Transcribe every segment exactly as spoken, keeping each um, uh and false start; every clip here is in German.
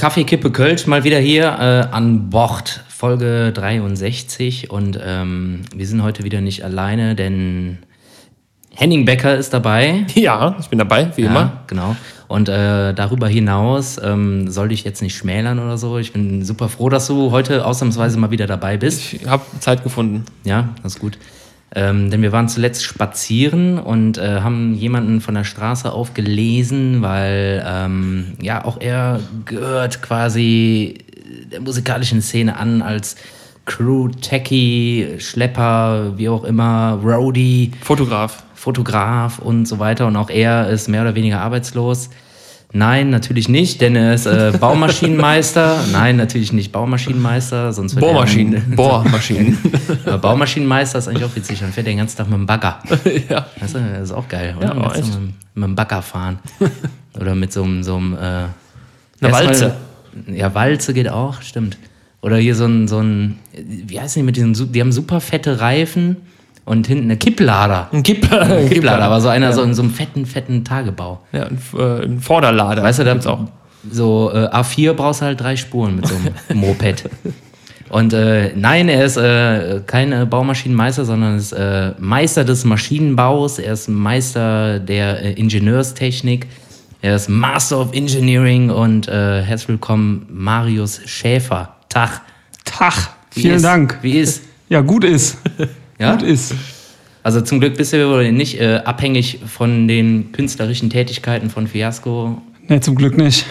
Kaffee, Kippe, Kölsch mal wieder hier äh, an Bord, Folge dreiundsechzig. Und ähm, wir sind heute wieder nicht alleine, denn Henning Becker ist dabei. Ja, ich bin dabei, wie ja, immer. Genau. Und äh, darüber hinaus ähm, sollte ich jetzt nicht schmälern oder so. Ich bin super froh, dass du heute ausnahmsweise mal wieder dabei bist. Ich habe Zeit gefunden. Ja, das ist gut. Ähm, denn wir waren zuletzt spazieren und äh, haben jemanden von der Straße aufgelesen, weil ähm, ja auch er gehört quasi der musikalischen Szene an als Crew, Techie, Schlepper, wie auch immer, Roadie, Fotograf. Fotograf und so weiter. Und auch er ist mehr oder weniger arbeitslos. Nein, natürlich nicht, denn er ist äh, Baumaschinenmeister. Nein, natürlich nicht Baumaschinenmeister, sonst wird Bohrmaschinen. Er, Bohrmaschinen. Aber Baumaschinenmeister ist eigentlich auch witzig, dann fährt er den ganzen Tag mit dem Bagger. Ja. Weißt du, das ist auch geil, oder? Ja, Mit, echt. so einem, mit dem Bagger fahren. Oder mit so einem... So einem äh, Eine erstmal- Walze. Ja, Walze geht auch, stimmt. Oder hier so ein, so ein wie heißt die mit diesen, Su- die haben super fette Reifen und hinten eine Kipplader. Ein Kippler. Ein Kipplader, aber so einer so in so einem fetten, fetten Tagebau. Ja, ein, äh, ein Vorderlader. Weißt du, da gibt's auch. so äh, A vier brauchst du halt drei Spuren mit so einem Moped. Und äh, nein, er ist äh, kein äh, Baumaschinenmeister, sondern ist äh, Meister des Maschinenbaus. Er ist Meister der äh, Ingenieurstechnik. Er ist Master of Engineering und äh, herzlich willkommen, Marius Schäfer. Tag. Tag, Wie vielen ist, Dank. Wie ist? Ja, gut ist. Ja? Gut ist. Also zum Glück bist du wohl nicht äh, abhängig von den künstlerischen Tätigkeiten von Fiasco. Ne, zum Glück nicht.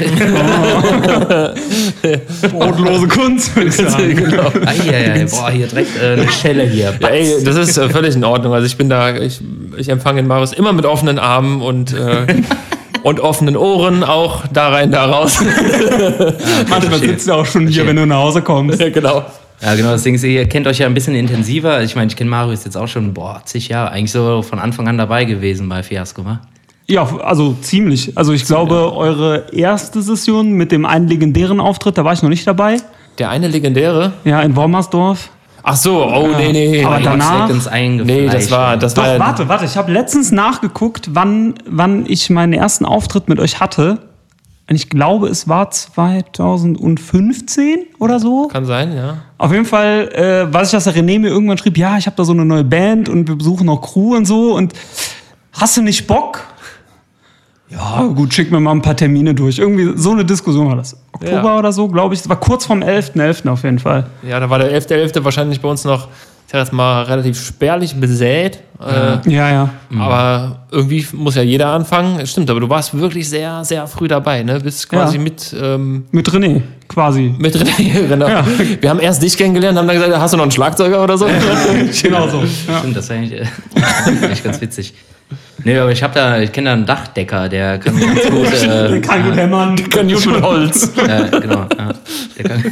Brotlose Kunst, würde ich sagen. Genau. Eieiei, boah, hier direkt äh, eine Schelle hier. Ja, ey, das ist äh, völlig in Ordnung. Also ich bin da, ich, ich empfange den Marius immer mit offenen Armen und, äh, und offenen Ohren, auch da rein, da raus. Manchmal sitzt du auch schon hier, wenn du nach Hause kommst. Ja, genau. Ja, genau, das Ding ist, ihr kennt euch ja ein bisschen intensiver. Ich meine, ich kenne Marius jetzt auch schon, boah, zig Jahre, eigentlich so von Anfang an dabei gewesen bei Fiasco, wa? Ja, also ziemlich. Also ich glaube, eure erste Session mit dem einen legendären Auftritt, da war ich noch nicht dabei. Der eine legendäre. Ja, in Wormersdorf. Ach so, oh, Ja. nee, nee. Aber nee. danach- Ins Eingefleischt. Nee, das war, das Doch, war ja- warte, warte. Ich habe letztens nachgeguckt, wann, wann ich meinen ersten Auftritt mit euch hatte. Und ich glaube, es war zweitausendfünfzehn oder so. Kann sein, ja. Auf jeden Fall, äh, weiß ich, dass der René mir irgendwann schrieb, ja, ich habe da so eine neue Band und wir besuchen noch Crew und so. Und hast du nicht Bock? Ja, gut, schick mir mal ein paar Termine durch. Irgendwie so eine Diskussion war das. Oktober Ja. oder so, glaube ich. Das war kurz vorm elften elften auf jeden Fall. Ja, da war der elfte elfte wahrscheinlich bei uns noch, ich sag jetzt mal, relativ spärlich besät. Äh, Ja, ja. Aber irgendwie muss ja jeder anfangen. Stimmt, aber du warst wirklich sehr, sehr früh dabei, ne? Bist quasi Ja. mit, ähm, Mit René, quasi. mit René. Genau. Ja. Wir haben erst dich kennengelernt, haben dann gesagt, hast du noch einen Schlagzeuger oder so? Genau so. Ja. Stimmt, das ist eigentlich, äh, eigentlich ganz witzig. Nee, aber ich habe da, ich kenne da einen Dachdecker, der kann ganz gut. Äh, Kann gut hämmern. Kann gut mit Holz. äh, genau, ja, der kann.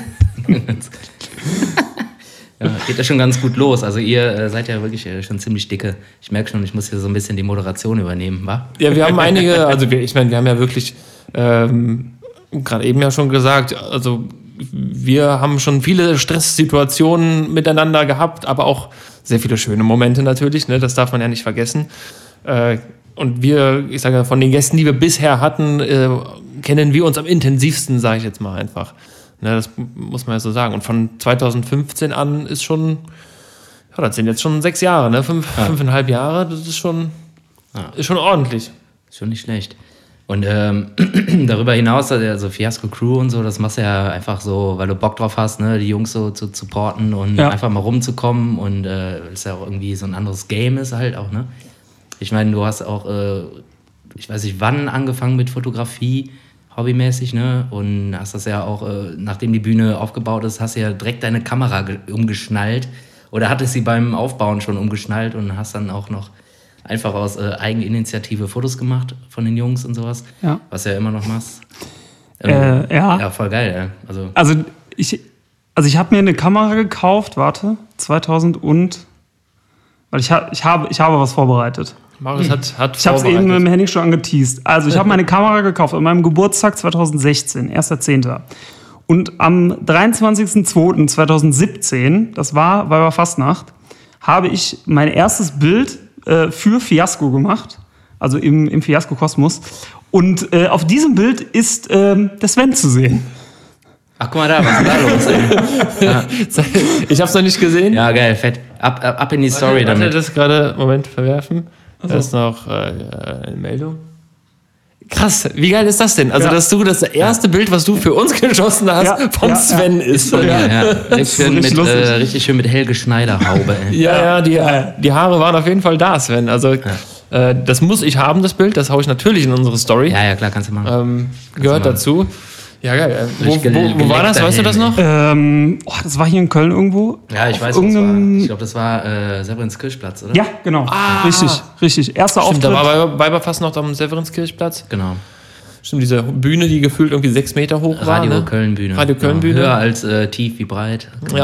Ja, geht ja schon ganz gut los. Also ihr äh, seid ja wirklich äh, schon ziemlich dicke. Ich merke schon, ich muss hier so ein bisschen die Moderation übernehmen, wa? Ja, wir haben einige, also wir, ich meine, wir haben ja wirklich, ähm, gerade eben ja schon gesagt, also wir haben schon viele Stresssituationen miteinander gehabt, aber auch sehr viele schöne Momente natürlich, ne? Das darf man ja nicht vergessen. Äh, und wir, ich sage ja, von den Gästen, die wir bisher hatten, äh, kennen wir uns am intensivsten, sage ich jetzt mal einfach. Ne, das muss man ja so sagen. Und von zweitausendfünfzehn an ist schon, ja, das sind jetzt schon sechs Jahre, ne? Fünf, Ja. fünfeinhalb Jahre, das ist schon, Ja. ist schon ordentlich. Ist schon nicht schlecht. Und ähm, darüber hinaus, also Fiasco Crew und so, das machst du ja einfach so, weil du Bock drauf hast, ne, die Jungs so zu supporten und Ja. einfach mal rumzukommen und äh, weil es ja auch irgendwie so ein anderes Game ist halt auch, ne? Ich meine, du hast auch, äh, ich weiß nicht wann, angefangen mit Fotografie, hobbymäßig, ne? Und hast das ja auch, äh, nachdem die Bühne aufgebaut ist, hast du ja direkt deine Kamera ge- umgeschnallt oder hattest sie beim Aufbauen schon umgeschnallt und hast dann auch noch einfach aus äh, Eigeninitiative Fotos gemacht von den Jungs und sowas, Ja. was du ja immer noch machst. Äh, ja. Ja, voll geil, ja. Also, Also ich, also ich habe mir eine Kamera gekauft, warte, zweitausend und, weil ich, ha, ich, habe, ich habe was vorbereitet. Marius hat, hat Ich habe es eben mit dem Henning schon angeteased. Also ich habe meine Kamera gekauft an meinem Geburtstag zweitausendsechzehn, erster zehnter Und am dreiundzwanzigsten zweiten zweitausendsiebzehn, das war Weiberfastnacht, habe ich mein erstes Bild äh, für Fiasco gemacht, also im, im Fiasco-Kosmos. Und äh, auf diesem Bild ist äh, der Sven zu sehen. Ach, guck mal da, was ist da los, ey? Ja. Ich hab's noch nicht gesehen. Ja, geil, fett. Ab, ab, ab in die Story warte, damit. Warte, das gerade, Moment, verwerfen. Da ist noch äh, eine Meldung. Krass, wie geil ist das denn? Also, Ja. dass du das erste Bild, was du für uns geschossen hast, Ja, vom ja, Sven ja. ist. Ja, Ja, ja. Richtig, schön richtig mit, lustig. äh, richtig schön mit Helge Schneider-Haube, ey. ja, die, die Haare waren auf jeden Fall da, Sven. Also, äh, das muss ich haben, das Bild. Das haue ich natürlich in unsere Story. Ja, ja, klar, kannst du machen. Ähm, gehört machen. dazu. Ja, geil. Äh, Wo, Richtig wo, wo war das? geleckter Weißt du das Helm, noch? Ähm, oh, das war hier in Köln irgendwo. Ja, ich Auf weiß, was es war. irgendeinem- Ich glaube, das war äh, Severinskirchplatz, oder? Ja, genau. Richtig, richtig. Erster Stimmt, Auftritt. da war Weiberfass noch am Severinskirchplatz. Genau. Stimmt, diese Bühne, die gefühlt irgendwie sechs Meter hoch war. Radio ne? Köln-Bühne. Radio Köln-Bühne. Ja, höher als äh, tief wie breit. Ja.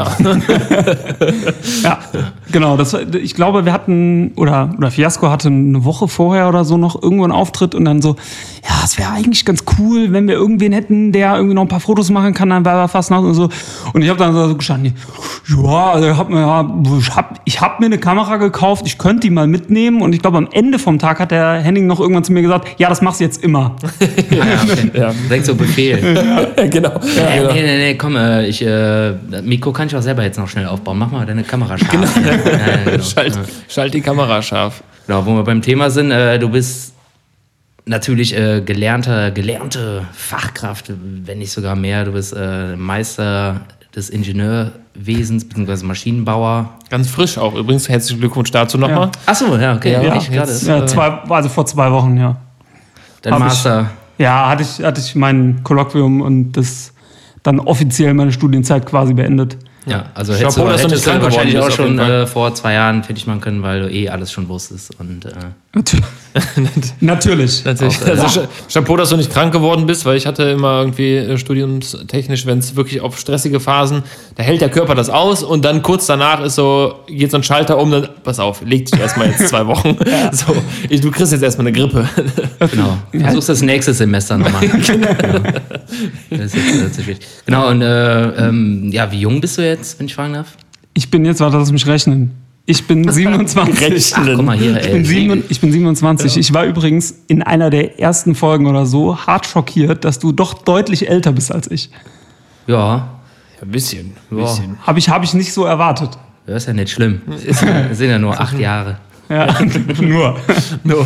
Ja, genau. Das, war- ich glaube, wir hatten, oder, oder Fiasco hatte eine Woche vorher oder so noch irgendwo einen Auftritt und dann so, ja, es wäre eigentlich ganz cool, wenn wir irgendwen hätten, der irgendwie noch ein paar Fotos machen kann, dann war fast noch und so. Und ich habe dann so gestanden, ja, also ich habe mir, ja, ich hab, ich hab mir eine Kamera gekauft, ich könnte die mal mitnehmen. Und ich glaube, am Ende vom Tag hat der Henning noch irgendwann zu mir gesagt, ja, das machst du jetzt immer. Ah, ja, okay. Ja. Direkt so Befehl. genau. Ja, Äh, genau. nee, nee, nee, komm, äh, ich, äh, Mikro kann ich auch selber jetzt noch schnell aufbauen. Mach mal deine Kamera scharf. Genau. Ja, ja, genau. Schalt, Ja. schalt die Kamera scharf. Genau, wo wir beim Thema sind, äh, du bist natürlich äh, gelernte, gelernte Fachkraft, wenn nicht sogar mehr. Du bist äh, Meister des Ingenieurwesens bzw. Maschinenbauer. Ganz frisch auch. Übrigens, herzlichen Glückwunsch dazu nochmal. Ja. Achso, ja, okay. Ja, Ja, Ja, ich gerade. jetzt, ja, zwei, also vor zwei Wochen, ja. Dein hab ich- Master. Ja, hatte ich, hatte ich mein Kolloquium und das dann offiziell meine Studienzeit quasi beendet. Ja, also Chapeau, hättest du, dass du nicht hättest du krank geworden wahrscheinlich bist, auch auf schon jeden Fall. äh, vor zwei Jahren fertig machen können, weil du eh alles schon wusstest. Und, äh, Natür- Natürlich. Natürlich. Auch, äh, Also, ja. Cha- Chapeau, dass du nicht krank geworden bist, weil ich hatte immer irgendwie äh, studiumstechnisch, wenn es wirklich auf stressige Phasen, da hält der Körper das aus und dann kurz danach ist so, geht so ein Schalter um, dann, pass auf, leg dich erstmal jetzt zwei Wochen. So, ich, du kriegst jetzt erstmal eine Grippe. genau. Versuchst das nächste Semester nochmal. genau. Das ist jetzt äh, zu schwierig. Genau, und äh, ähm, ja, wie jung bist du jetzt, wenn ich fragen darf? Ich bin jetzt, warte, lass mich rechnen. Ich bin siebenundzwanzig. Ach, guck mal hier, Ich bin, ey. sieben, ich bin siebenundzwanzig. Ich war übrigens in einer der ersten Folgen oder so hart schockiert, dass du doch deutlich älter bist als ich. Ja, Ja, ein bisschen. Ein Ja. bisschen. Habe ich, hab ich nicht so erwartet. das ist ja nicht schlimm. Das sind ja nur acht Jahre. Ja, nur. No.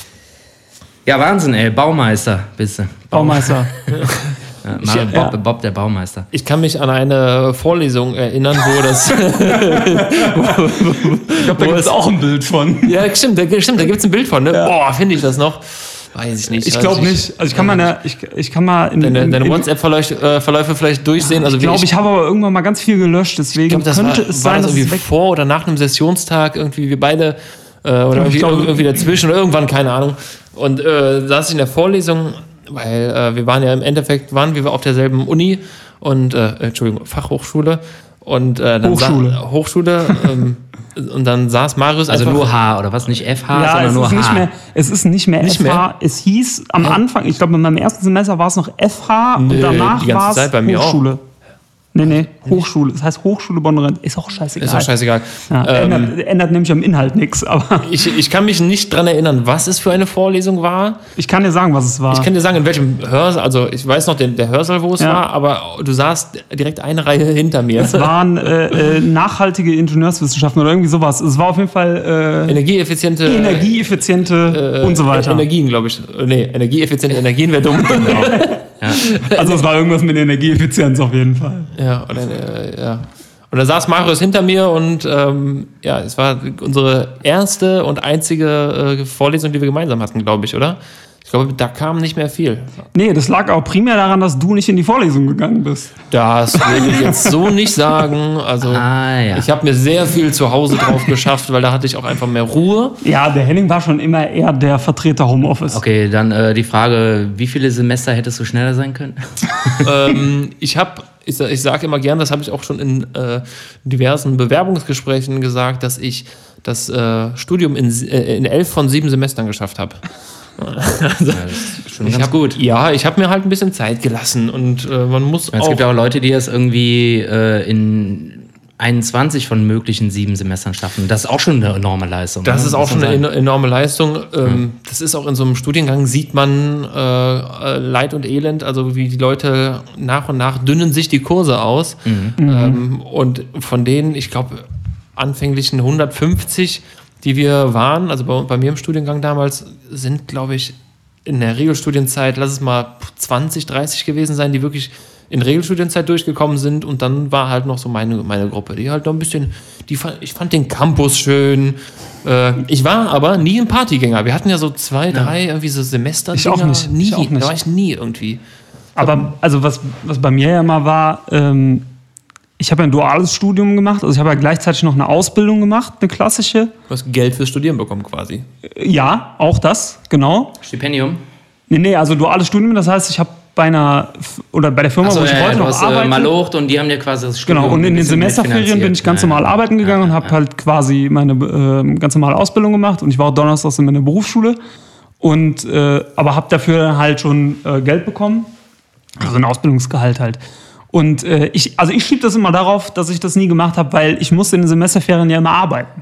Ja, Wahnsinn, ey. Baumeister bist du. Baumeister. Ja, Mar- Ich- Bob, ja. Bob, der Baumeister. Ich kann mich an eine Vorlesung erinnern, wo das. Ich glaube, da gibt es auch ein Bild von. Ja, stimmt, da, stimmt, da gibt es ein Bild von, ne? Boah, finde ich das noch? Weiß ich nicht. Ich weiß glaube nicht. Also ich kann mal, eine, ich, ich kann mal in, Deine, in, deine in, WhatsApp-Verläufe äh, Verläufe vielleicht durchsehen. Also ich wie glaube, ich habe aber irgendwann mal ganz viel gelöscht, deswegen Ich glaube, das könnte war, es war sein, das dass es irgendwie weg. vor oder nach einem Sessionstag, irgendwie wir beide, äh, oder irgendwie, glaube- irgendwie dazwischen oder irgendwann, keine Ahnung. Und äh, saß ich in der Vorlesung, weil äh, wir waren ja im Endeffekt, waren wir auf derselben Uni und, äh, Entschuldigung, Fachhochschule. Und äh, dann Hochschule. Sa Hochschule. ähm, und dann saß Marius Also einfach... nur H, oder was? Nicht F H, Ja, sondern es nur ist, nicht H. mehr, es ist nicht mehr Nicht F H. mehr? Es hieß am Anfang, ich glaube, in meinem ersten Semester war es noch F H Nö, und danach die ganze war es Zeit bei mir auch. Hochschule. Nee, nee, Hochschule. Das heißt Hochschule Bonn-Rhein. Ist auch scheißegal. Ist auch scheißegal. Ja, Ähm, ändert, ändert nämlich am Inhalt nichts. Aber ich, ich kann mich nicht dran erinnern, was es für eine Vorlesung war. ich kann dir sagen, was es war. Ich kann dir sagen, in welchem Hörsaal, also ich weiß noch den, der Hörsaal, wo es Ja. war, aber du saßt direkt eine Reihe hinter mir. Es waren äh, äh, nachhaltige Ingenieurswissenschaften oder irgendwie sowas. Es war auf jeden Fall äh, Energieeffiziente energieeffiziente äh, und so weiter. Energien, glaube ich. Nee, energieeffiziente Energien wäre dumm. Genau. Also es war irgendwas mit Energieeffizienz auf jeden Fall. Ja, oder, äh, ja. Und da saß Marius hinter mir und ähm, ja, es war unsere erste und einzige äh, Vorlesung, die wir gemeinsam hatten, glaube ich, oder? Ich glaube, da kam nicht mehr viel. Nee, das lag auch primär daran, dass du nicht in die Vorlesung gegangen bist. Das würde ich jetzt so nicht sagen. Also Ah, ja. ich habe mir sehr viel zu Hause drauf geschafft, weil da hatte ich auch einfach mehr Ruhe. Ja, der Henning war schon immer eher der Vertreter Homeoffice. Okay, dann äh, die Frage, wie viele Semester hättest du schneller sein können? ähm, ich habe, ich, sa- ich sage immer gern, das habe ich auch schon in äh, diversen Bewerbungsgesprächen gesagt, dass ich das äh, Studium in, s- äh, in elf von sieben Semestern geschafft habe. Ja, das ist schon Ich ganz hab, gut. Ja, ich habe mir halt ein bisschen Zeit gelassen und äh, man muss Es auch... gibt ja auch Leute, die das irgendwie äh, in einundzwanzig von möglichen sieben Semestern schaffen. Das ist auch schon eine enorme Leistung. Das ne? ist auch Muss man schon eine sagen. enorme Leistung. Ähm, Ja. Das ist auch in so einem Studiengang, sieht man äh, Leid und Elend, also wie die Leute nach und nach dünnen sich die Kurse aus. Mhm. Ähm, und von denen, ich glaube, anfänglichen hundertfünfzig, die wir waren, also bei, bei mir im Studiengang damals, sind, glaube ich, in der Regelstudienzeit, lass es mal zwanzig, dreißig gewesen sein, die wirklich in Regelstudienzeit durchgekommen sind, und dann war halt noch so meine, meine Gruppe, die halt noch ein bisschen, die fand, ich fand den Campus schön. Äh, ich war aber nie ein Partygänger. Wir hatten ja so zwei, drei irgendwie so Semester. Ich auch nicht. Nie, Ich auch nicht. da war ich nie irgendwie. Aber also was, was bei mir ja immer war, ähm, ich habe ja ein duales Studium gemacht, also ich habe ja gleichzeitig noch eine Ausbildung gemacht, eine klassische. Du hast Geld fürs Studieren bekommen quasi. Ja, auch das, genau. Stipendium? Nee, nee, also duales Studium, das heißt, ich habe bei einer, F- oder bei der Firma, Achso, wo ich ja, heute du noch hast äh, arbeite. Malocht und die haben dir quasi das Studium Genau, und in ein den bisschen Semesterferien bin ich mitfinanziert. ganz Ja, normal ja. arbeiten gegangen und Ja, habe ja. halt quasi meine äh, ganz normale Ausbildung gemacht, und ich war auch donnerstags in meiner Berufsschule, und äh, aber habe dafür halt schon äh, Geld bekommen, also ein Ausbildungsgehalt halt. Und äh, ich, also ich schiebe das immer darauf, dass ich das nie gemacht habe, weil ich musste in den Semesterferien ja immer arbeiten.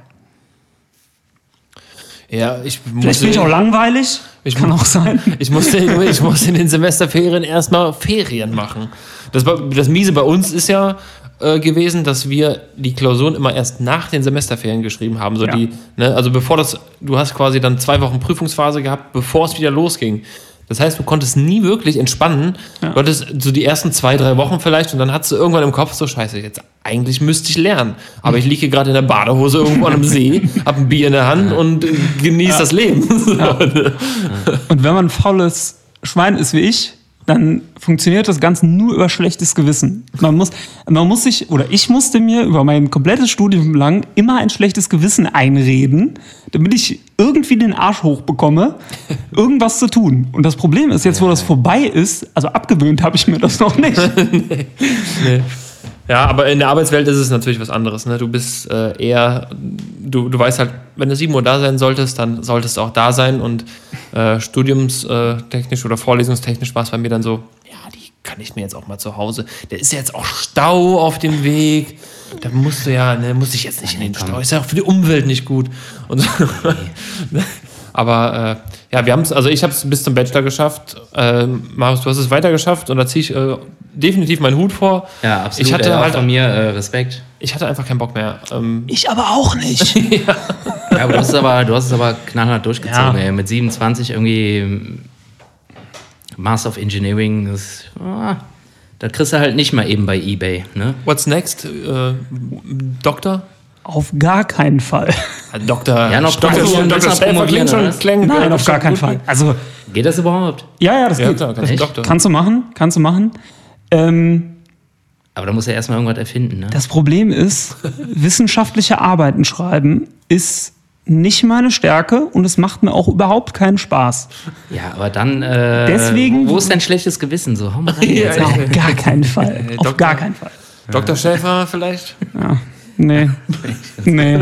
Ja, ich Vielleicht bin ich auch langweilig, Ich kann mu- auch sein. Ich musste, ich musste in den Semesterferien erstmal Ferien machen. Das, war- das Miese bei uns ist ja äh, gewesen, dass wir die Klausuren immer erst nach den Semesterferien geschrieben haben. So Ja. die, ne, also bevor das, du hast quasi dann zwei Wochen Prüfungsphase gehabt, bevor es wieder losging. Das heißt, du konntest nie wirklich entspannen. Ja. Du hattest so die ersten zwei, drei Wochen vielleicht, und dann hattest du irgendwann im Kopf so, scheiße, jetzt eigentlich müsste ich lernen. Aber ich liege hier gerade in der Badehose irgendwo an einem See, hab ein Bier in der Hand und äh, genieße das Leben. Und wenn man ein faules Schwein ist wie ich, dann funktioniert das Ganze nur über schlechtes Gewissen. Man muss, man muss sich, oder ich musste mir über mein komplettes Studium lang immer ein schlechtes Gewissen einreden, damit ich irgendwie den Arsch hochbekomme, irgendwas zu tun. Und das Problem ist, jetzt wo das vorbei ist, also abgewöhnt habe ich mir das noch nicht. Nee. Ja, aber in der Arbeitswelt ist es natürlich was anderes. Ne? Du bist äh, eher, du, du weißt halt, wenn du sieben Uhr da sein solltest, dann solltest du auch da sein. Und äh, studiumstechnisch oder vorlesungstechnisch war es bei mir dann so, ja, die kann ich mir jetzt auch mal zu Hause. Der ist ja jetzt auch Stau auf dem Weg. Da musst du ja, ne, muss ich jetzt nicht in den Stau. Ist ja auch für die Umwelt nicht gut. Und so. Aber äh, ja, wir haben es, also ich habe es bis zum Bachelor geschafft. Äh, Marius, du hast es weiter geschafft, und da ziehe ich äh, definitiv meinen Hut vor. Ja, absolut. Ich hatte äh, auch halt- von mir äh, Respekt. Ich hatte einfach keinen Bock mehr. Ähm, Ich aber auch nicht. Ja, aber du hast es aber, du hast es aber knallhart durchgezogen. Ja. Ey. Mit siebenundzwanzig irgendwie ähm, Master of Engineering, das, ah, das kriegst du halt nicht mal eben bei eBay. Ne? what's next? Äh, Doktor? Auf gar keinen Fall. Doktor. Ja, noch Doktor, promovieren, Doktor noch Schäfer promovieren, klingt schon, oder? klingt, Nein, äh, auf gar schon keinen gut. Fall. Also, Geht das überhaupt? ja, ja, das Ja, geht. klar, kannst du Echt? Doktor. Kannst du machen, kannst du machen. Ähm, Aber da muss er erstmal irgendwas erfinden. Ne? Das Problem ist, wissenschaftliche Arbeiten schreiben ist nicht meine Stärke, und es macht mir auch überhaupt keinen Spaß. Ja, aber dann. Äh, Deswegen- Wo ist dein schlechtes Gewissen? So, hau mal rein. Ja, jetzt. ja. Auf gar keinen Fall. Äh, Auf Doktor- gar keinen Fall. Doktor Schäfer vielleicht? Ja. Nee. Nee.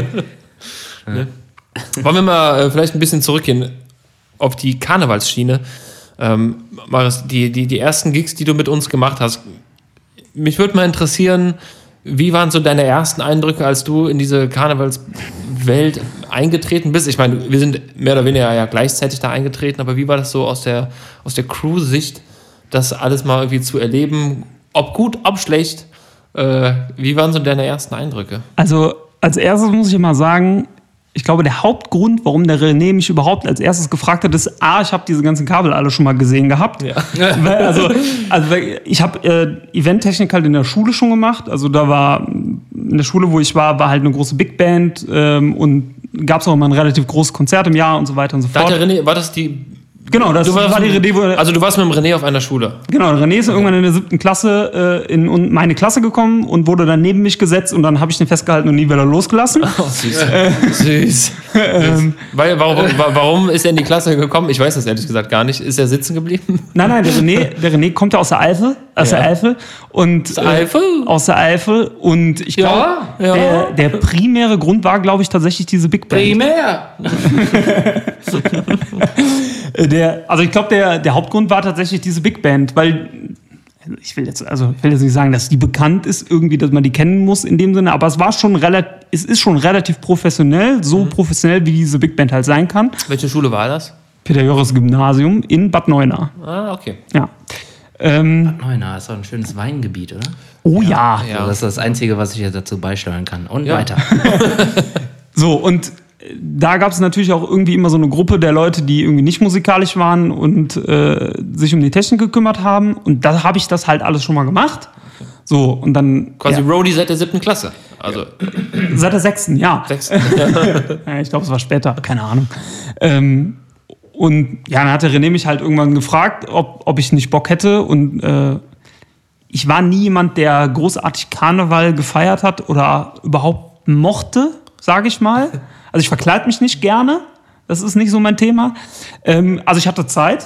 Wollen wir mal äh, vielleicht ein bisschen zurückgehen auf die Karnevalsschiene. Ähm, Marius, die, die, die ersten Gigs, die du mit uns gemacht hast. Mich würde mal interessieren, wie waren so deine ersten Eindrücke, als du in diese Karnevalswelt eingetreten bist? Ich meine, wir sind mehr oder weniger ja gleichzeitig da eingetreten, aber wie war das so aus der, aus der Crew-Sicht, das alles mal irgendwie zu erleben? Ob gut, ob schlecht? Äh, wie waren so deine ersten Eindrücke? Also, als erstes muss ich immer sagen, ich glaube, der Hauptgrund, warum der René mich überhaupt als erstes gefragt hat, ist, A, ich habe diese ganzen Kabel alle schon mal gesehen gehabt. Ja. Weil, also, also weil ich habe äh, Eventtechnik halt in der Schule schon gemacht. Also da war, in der Schule, wo ich war, war halt eine große Big Band ähm, und gab es auch immer ein relativ großes Konzert im Jahr und so weiter und so Da hat fort. der René, war das die... Genau, das Du warst war die mit- René, wo, Also du warst mit dem René auf einer Schule. genau, René ist irgendwann in der siebten Klasse äh, in un- meine Klasse gekommen und wurde dann neben mich gesetzt, und dann habe ich den festgehalten und nie wieder losgelassen. Oh, süß. Süß. Weil, warum, wa- warum ist er in die Klasse gekommen? Ich weiß das ehrlich gesagt gar nicht. Ist er sitzen geblieben? Nein, nein, der René, der René kommt ja aus der Eifel, aus Ja. der Eifel und Aus der Eifel? Äh, aus der Eifel, und ich Ja, glaube, ja. der, der primäre Grund war, glaube ich, tatsächlich diese Big Band. Primär! Äh, Der, also ich glaube, der, der Hauptgrund war tatsächlich diese Big Band, weil ich will jetzt, also ich will jetzt nicht sagen, dass die bekannt ist, irgendwie, dass man die kennen muss in dem Sinne, aber es war schon relativ, es ist schon relativ professionell, so mhm. professionell, wie diese Big Band halt sein kann. Welche Schule war das? Peter-Joris-Gymnasium in Bad Neuenahr. Ah, okay. Ja. Ähm, Bad Neuenahr ist doch ein schönes Weingebiet, oder? Oh ja. ja. Also das ist das Einzige, was ich jetzt dazu beisteuern kann. Und ja. weiter. So, und da gab es natürlich auch irgendwie immer so eine Gruppe der Leute, die irgendwie nicht musikalisch waren und äh, sich um die Technik gekümmert haben. Und da habe ich das halt alles schon mal gemacht. So, und dann. Quasi ja. Roadie seit der siebten Klasse. Also. Seit der sechsten, ja. Sechsten. Ja, ich glaube, es war später, keine Ahnung. Ähm, und ja, dann hat der René mich halt irgendwann gefragt, ob, ob ich nicht Bock hätte. Und äh, ich war nie jemand, der großartig Karneval gefeiert hat oder überhaupt mochte, sage ich mal. Also ich verkleide mich nicht gerne, das ist nicht so mein Thema. Ähm, also ich hatte Zeit.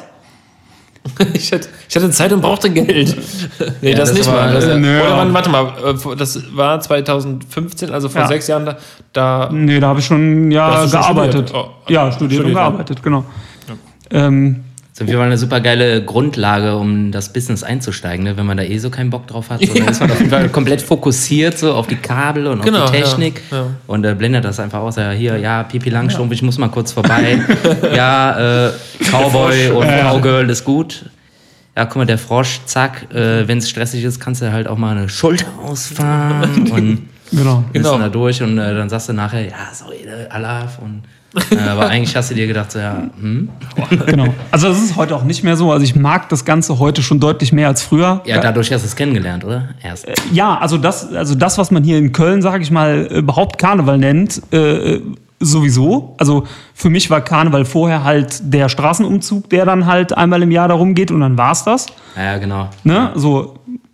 ich, hatte, ich hatte Zeit und brauchte Geld. Nee, ja, das, das nicht mal. Das, äh, nö, oder man, warte mal, das war zwanzig fünfzehn, also vor ja. sechs Jahren. Da, da nee, da habe ich schon ja schon gearbeitet. Studiert? Oh, ja, studiert, studiert und gearbeitet, genau. Ja. Ähm, Das ist auf jeden Fall eine super geile Grundlage, um das Business einzusteigen, ne? Wenn man da eh so keinen Bock drauf hat. So, dann ist man auf jeden Fall komplett fokussiert so auf die Kabel und genau, auf die Technik. Ja, ja. Und äh, blendet das einfach aus. Ja, hier, ja, Pipi Langstrumpf, ich muss mal kurz vorbei. ja, äh, Cowboy und ja. Cowgirl ist gut. Ja, guck mal, der Frosch, zack. Äh, wenn es stressig ist, kannst du halt auch mal eine Schulter ausfahren. und genau. bist genau. da durch. Und äh, dann sagst du nachher, ja, sorry, Alaf. Und äh, aber eigentlich hast du dir gedacht, so, ja, hm? Genau. Also das ist heute auch nicht mehr so. Also ich mag das Ganze heute schon deutlich mehr als früher. Ja, dadurch hast du es kennengelernt, oder? Erst. Ja, also das, also das, was man hier in Köln, sage ich mal, überhaupt Karneval nennt, äh, sowieso. Also für mich war Karneval vorher halt der Straßenumzug, der dann halt einmal im Jahr darum geht und dann war's das. Ja, genau. Ne? So,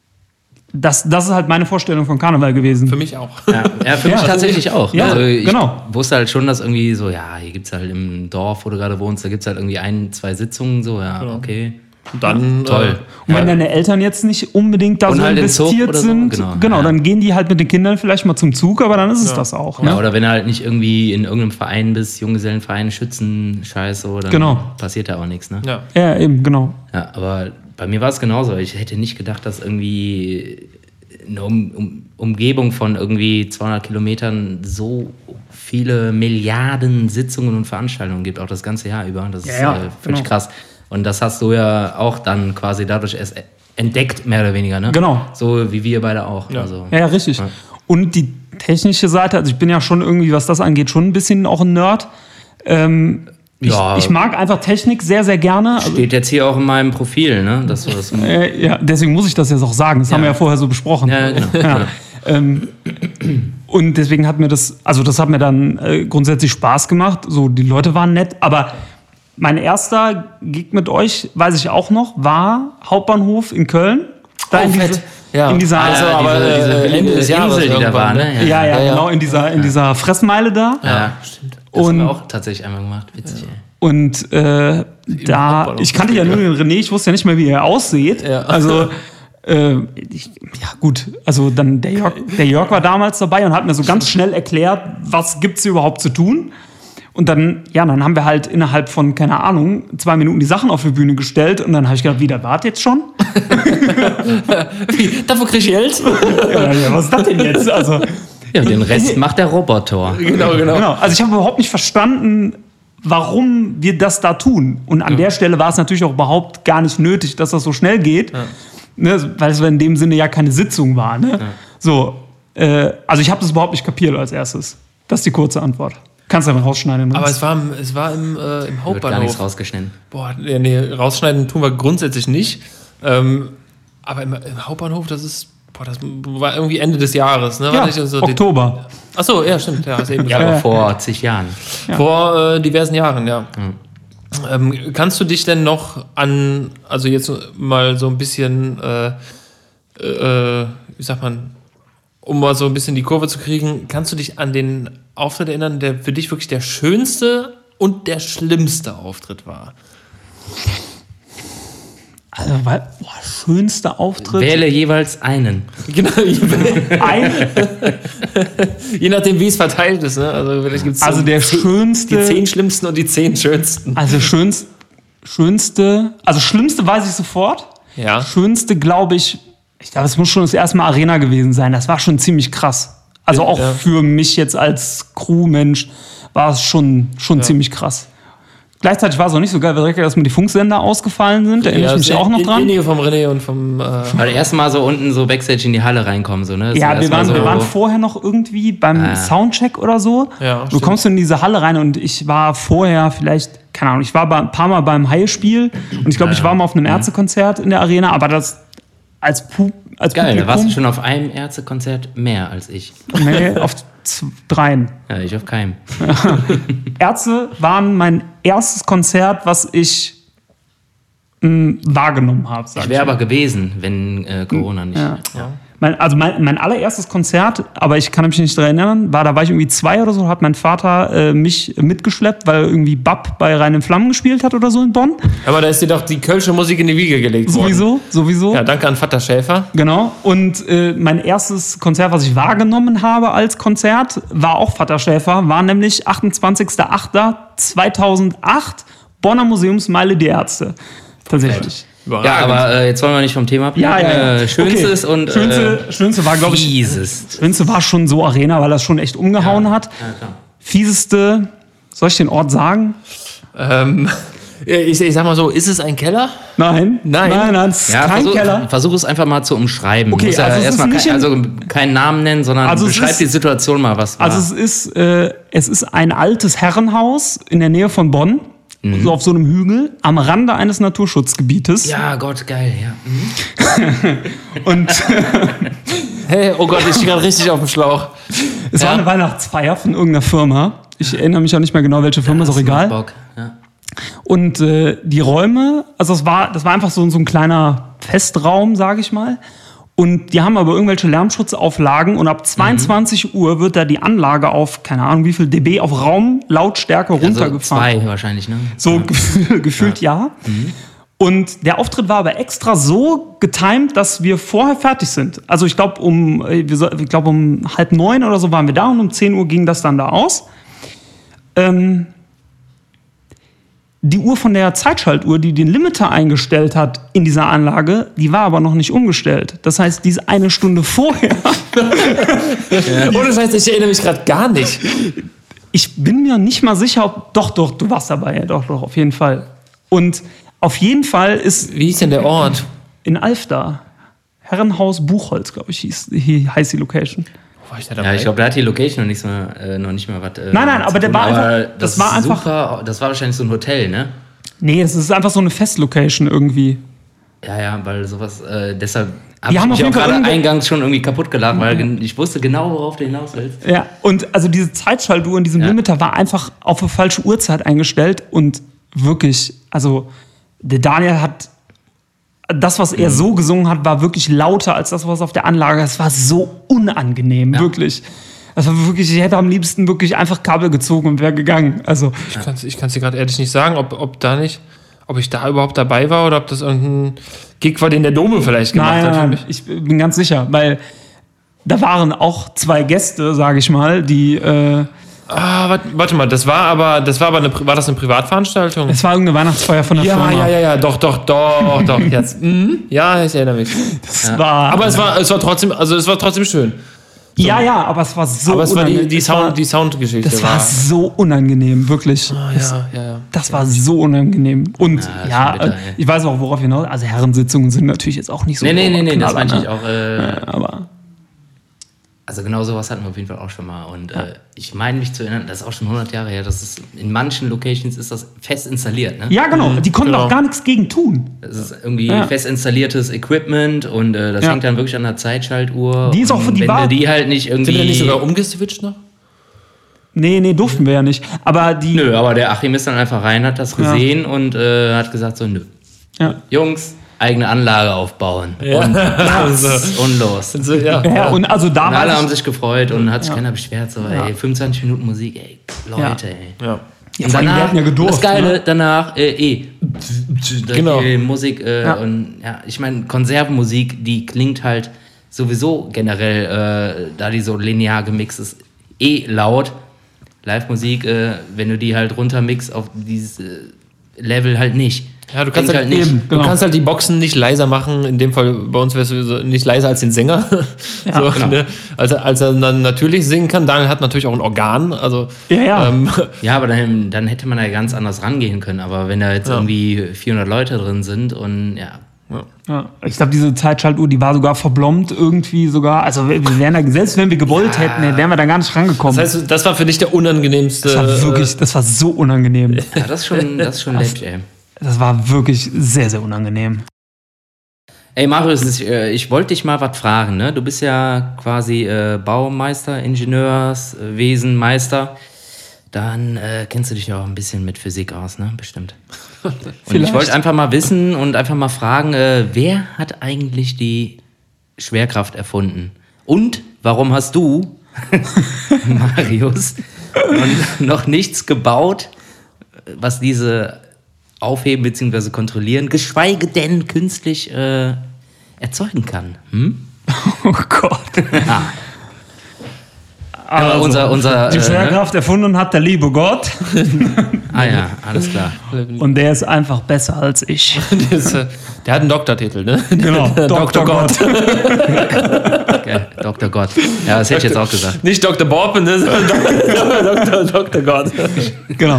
das, das ist halt meine Vorstellung von Karneval gewesen. Für mich auch. Ja, ja für mich Ja, tatsächlich auch. ja, also ich genau. wusste halt schon, dass irgendwie so, ja, hier gibt es halt im Dorf, wo du gerade wohnst, da gibt es halt irgendwie ein, zwei Sitzungen, so, ja, Genau. okay. Und dann, Toll. Äh, Und wenn deine Eltern jetzt nicht unbedingt da Und so halt in Zug investiert oder so, sind, genau. genau, Ja. dann gehen die halt mit den Kindern vielleicht mal zum Zug, aber dann ist es Ja. das auch. Ja, Ne? oder wenn du halt nicht irgendwie in irgendeinem Verein bist, Junggesellenverein, Schützen, Scheiße, dann Genau. passiert da auch nichts, ne? ja. Ja, eben, genau. Ja, aber bei mir war es genauso. Ich hätte nicht gedacht, dass irgendwie eine um um Umgebung von irgendwie zweihundert Kilometern so viele Milliarden Sitzungen und Veranstaltungen gibt, auch das ganze Jahr über. Das Ja, ist ja, äh, völlig genau. krass. Und das hast du ja auch dann quasi dadurch erst entdeckt, mehr oder weniger, ne? Genau. So wie wir beide auch. Ja. Also, Ja, ja, richtig. Ja. Und die technische Seite, also ich bin ja schon irgendwie, was das angeht, schon ein bisschen auch ein Nerd. Ähm, Ja. ich, ich mag einfach Technik sehr, sehr gerne. Also, steht jetzt hier auch in meinem Profil, ne? Dass du das äh, ja, deswegen muss ich das jetzt auch sagen. Das haben wir ja vorher so besprochen. Ja, genau. Ja. Ähm, und deswegen hat mir das, also das hat mir dann äh, grundsätzlich Spaß gemacht. So, die Leute waren nett, aber mein erster Gig mit euch, weiß ich auch noch, war Hauptbahnhof in Köln. Da Oh, in, fett. diese, Ja. in dieser, Also, ja, aber, diese, äh, diese Ende des Jahres Insel, die da irgendwann, war, ne? ja, ja, Ja, ja. genau, in dieser, in dieser Fressmeile da. Ja, stimmt. Das haben Und- wir auch tatsächlich einmal gemacht. Witzig, ey. Und äh, da, Hauptbahnhof. ich kannte ja nur den René, ich wusste ja nicht mehr, wie er aussieht. Ja. Also, äh, ich, ja gut, also dann der Jörg, der Jörg war damals dabei und hat mir so ganz schnell erklärt, was gibt's hier überhaupt zu tun. Und dann, ja, dann haben wir halt innerhalb von, keine Ahnung, zwei Minuten die Sachen auf die Bühne gestellt und dann habe ich gedacht, wie, der wart jetzt schon? Wie, dafür krieg ich Geld? Ja, ja, was ist das denn jetzt? Also, Ja, und den Rest macht der Roboter. genau, genau. genau. Also ich habe überhaupt nicht verstanden, warum wir das da tun. Und an der Stelle war es natürlich auch überhaupt gar nicht nötig, dass das so schnell geht, ne, weil es in dem Sinne ja keine Sitzung war. Ne? So, äh, also ich habe das überhaupt nicht kapiert als erstes. Das ist die kurze Antwort. Kannst du aber rausschneiden. Aber Meinst. es war, im- es war im, äh, im Wird gar nichts Hauptbahnhof. rausgeschnitten. Boah, nee, nee, rausschneiden tun wir grundsätzlich nicht. Ähm, aber im, im Hauptbahnhof, das ist, boah, das war irgendwie Ende des Jahres, ne? ja, War nicht so die- Oktober. Ach so, ja, stimmt. Ja, hast du eben Ja, gesagt. aber vor zig Jahren. Vor äh, diversen Jahren, ja. Ähm, kannst du dich denn noch an, also jetzt mal so ein bisschen, äh, äh, wie sagt man, um mal so ein bisschen die Kurve zu kriegen, kannst du dich an den Auftritt erinnern, der für dich wirklich der schönste und der schlimmste Auftritt war? Also, weil, boah, schönster Auftritt. Wähle jeweils einen. Genau, Ein, je nachdem, wie es verteilt ist. Ne? Also, vielleicht gibt's also so der zehn- schönste. die zehn schlimmsten und die zehn schönsten. Also schönst, schönste, also schlimmste weiß ich sofort. Ja. Schönste, glaube ich, ich glaube, es muss schon das erste Mal Arena gewesen sein. Das war schon ziemlich krass. Also auch Ja. für mich jetzt als Crewmensch war es schon, schon Ja. ziemlich krass. Gleichzeitig war es auch nicht so geil, weil direkt erstmal die Funksender ausgefallen sind. Da erinnere ich mich auch noch in, dran. In Nähe vom René und vom... Äh, Weil erstmal so unten so Backstage in die Halle reinkommen, so, ne? Das Ja, war wir erstmal waren, so, wir waren vorher noch irgendwie beim Ah. Soundcheck oder so. Ja, du stimmt. kommst in diese Halle rein und ich war vorher vielleicht, keine Ahnung, ich war bei, ein paar Mal beim Haie-Spiel und ich glaube, ich war mal auf einem Ärztekonzert in der Arena, aber das als, Pu als Geil, da Publikum... warst du schon auf einem Ärztekonzert mehr als ich. Nee, auf z- dreien. Ja, ich auf keinem. Ärzte waren mein erstes Konzert, was ich mh, wahrgenommen habe. sag Ich wäre aber gewesen, wenn äh, Corona nicht. Ja. Ja. Mein, also mein, mein allererstes Konzert, aber ich kann mich nicht daran erinnern, war, da war ich irgendwie zwei oder so, hat mein Vater äh, mich mitgeschleppt, weil irgendwie Bab bei Rein in Flammen gespielt hat oder so in Bonn. aber da ist dir doch die kölsche Musik in die Wiege gelegt worden. Sowieso, sowieso. Ja, danke an Vater Schäfer. Genau. Und äh, mein erstes Konzert, was ich wahrgenommen habe als Konzert, war auch Vater Schäfer, war nämlich achtundzwanzigster achter zweitausendacht, Bonner Museumsmeile die Ärzte. Tatsächlich. Ja, aber äh, jetzt wollen wir nicht vom Thema ablenken. Ja, ja, ja. Äh, Schönstes Okay. und Schönste, äh, Schönste war, glaube ich, Fieses. Schönste war schon so Arena, weil das schon echt umgehauen hat. Ja, klar. Fieseste, soll ich den Ort sagen? Ähm, ich, ich sag mal so, ist es ein Keller? Nein. Nein. Nein, nein, es ist Ja, kein versuch, Keller. versuch es einfach mal zu umschreiben. Okay, Muss ja also es ist erstmal nicht kein, in- also keinen Namen nennen, sondern Also es beschreib ist- die Situation mal, was war. Also es ist, äh, es ist ein altes Herrenhaus in der Nähe von Bonn, so auf so einem Hügel, am Rande eines Naturschutzgebietes. ja, Gott, geil, ja. Mhm. Und Hey, oh Gott, ich stehe gerade richtig auf dem Schlauch. es war eine Weihnachtsfeier von irgendeiner Firma. Ich erinnere mich auch nicht mehr genau, welche Firma, ist auch Hast du noch egal. Bock? Ja. Und äh, die Räume, also es war, das war einfach so, so ein kleiner Festraum, sage ich mal. Und die haben aber irgendwelche Lärmschutzauflagen und ab zweiundzwanzig Uhr wird da die Anlage auf, keine Ahnung wie viel dB, auf Raumlautstärke Also runtergefahren. zwei wahrscheinlich, ne? So gef- gefühlt ja. Und der Auftritt war aber extra so getimed, dass wir vorher fertig sind. Also ich glaube um, äh, wir so- ich glaube um halb neun oder so waren wir da und um zehn Uhr ging das dann da aus. Ähm, die Uhr von der Zeitschaltuhr, die den Limiter eingestellt hat in dieser Anlage, die war aber noch nicht umgestellt. Das heißt, diese eine Stunde vorher, Ohne Scheiß, ich erinnere mich gerade gar nicht. ich bin mir nicht mal sicher, ob, doch, doch, du warst dabei, ja, doch, doch, auf jeden Fall. Und auf jeden Fall ist Wie hieß denn der Ort? in Alfda, Herrenhaus Buchholz, glaube ich, hieß, hier heißt die Location. Wo war ich da dabei? Ja, ich glaube, da hat die Location noch nicht mehr, äh, noch nicht mehr was. Äh, Nein, nein, zu aber der tun. war einfach- Aber das das war ist einfach- Super, das war wahrscheinlich so ein Hotel, ne? Nee, es ist einfach so eine Festlocation irgendwie. Ja, ja, weil sowas, äh, deshalb Die habe ich haben auf mich auch jeden Fall gerade irgendwo- eingangs schon irgendwie kaputt gelacht, weil gen- ich wusste genau, worauf du hinaus willst. Ja, und also diese Zeitschaltuhr in diesem Ja. Limiter war einfach auf eine falsche Uhrzeit eingestellt und wirklich, also der Daniel hat das, was Mhm. er so gesungen hat, war wirklich lauter als das, was auf der Anlage. Es war so unangenehm, wirklich. Das war wirklich, ich hätte am liebsten wirklich einfach Kabel gezogen und wäre gegangen. Also, Ich kann es ich kann's dir gerade ehrlich nicht sagen, ob, ob da nicht, ob ich da überhaupt dabei war oder ob das irgendein Gig war, den der Dome vielleicht gemacht nein, hat für nein, mich. nein, ich bin ganz sicher, weil da waren auch zwei Gäste, sage ich mal, die, äh, Ah, warte, warte mal, das war aber, das war aber eine, Pri- war das eine Privatveranstaltung? es war irgendeine Weihnachtsfeier von der Ja, Firma. ja, ja, ja, doch, doch, doch, doch, jetzt. Mhm. Ja, ich erinnere mich. Es war, Aber es war, es war trotzdem, also es war trotzdem schön. ja, ja, aber es war so Aber es war die, unangenehm. die Es war- Sound, die Soundgeschichte Das war so unangenehm, wirklich. Ah, ja, ja, ja. Das war so unangenehm. Und das ist ja, schon bitter, äh, ey. ich weiß auch, worauf hinaus. Also Herrensitzungen sind natürlich jetzt auch nicht so. Nee, nee, nee, nee, das Knaller, meinte ich ne? auch. Äh, Aber Also genau sowas hatten wir auf jeden Fall auch schon mal. Und äh, ich meine mich zu erinnern, das ist auch schon hundert Jahre her, das ist, in manchen Locations ist das fest installiert. Ne? ja, genau. Die konnten genau. auch gar nichts gegen tun. Das ist irgendwie Ja. fest installiertes Equipment und äh, das Ja. hängt dann wirklich an der Zeitschaltuhr. Die ist auch- und die wenn war- du die halt nicht irgendwie... Sind wir nicht sogar umgeswitcht noch? Nee, nee, durften wir ja nicht. Aber die. Nö, aber der Achim ist dann einfach rein, hat das gesehen und äh, hat gesagt so, nö. Ja. Jungs, eigene Anlage aufbauen. Ja. Und, Also, und los. so, ja. Ja, und also da Und alle war haben ich, sich gefreut und hat sich keiner beschwert. So, ey, fünfundzwanzig Minuten Musik, ey, Leute, ey. ja. ja, vor allem, wir hatten ja gedurft. das Geile Ne? danach, äh, eh. Genau. Die Musik äh, Ja. und ja, ich meine, Konservenmusik, die klingt halt sowieso generell, äh, da die so linear gemixt ist, eh laut. Live-Musik, äh, wenn du die halt runtermixst auf dieses äh, Level halt nicht. Ja, du kannst Denkt halt, halt nicht. eben, genau. du kannst halt die Boxen nicht leiser machen. In dem Fall bei uns wäre es so nicht leiser als den Sänger. Ja, so, genau. ne? als, er, als er dann natürlich singen kann. Daniel hat natürlich auch ein Organ. Also, Ja, ja. Ähm, Ja, aber dann, dann hätte man da ganz anders rangehen können. Aber wenn da jetzt Ja. irgendwie vierhundert Leute drin sind und ja, Ja, ich glaube, diese Zeitschaltuhr, die war sogar verblombt irgendwie sogar. Also wir wir wären da, selbst wenn wir gewollt Ja. hätten, wären wir da gar nicht rangekommen. das heißt, das war für dich der unangenehmste. das war wirklich, das war so unangenehm. ja das ist schon, das ist schon läppisch, ey. Das war wirklich sehr, sehr unangenehm. Ey, Marius, ich, äh, ich wollte dich mal was fragen, ne? Du bist ja quasi äh, Baumeister, Ingenieurswesenmeister. Dann äh, kennst du dich ja auch ein bisschen mit Physik aus, ne? Bestimmt. Und Vielleicht. ich wollte einfach mal wissen und einfach mal fragen, äh, wer hat eigentlich die Schwerkraft erfunden? Und warum hast du, Marius, noch, noch nichts gebaut, was diese aufheben bzw. kontrollieren, geschweige denn künstlich äh, erzeugen kann? Hm? Oh Gott. Aber unser, unser, Die äh, ne? Schwerkraft erfunden hat der liebe Gott Ah ja, alles klar. und der ist einfach besser als ich. Der, ist, äh, der hat einen Doktortitel, ne? Genau, Doktor Gott. Geil, Doktor Gott. Ja, das hätte ich jetzt auch gesagt. Nicht Doktor Bob, ne? sondern Doktor, Doktor Gott. Genau.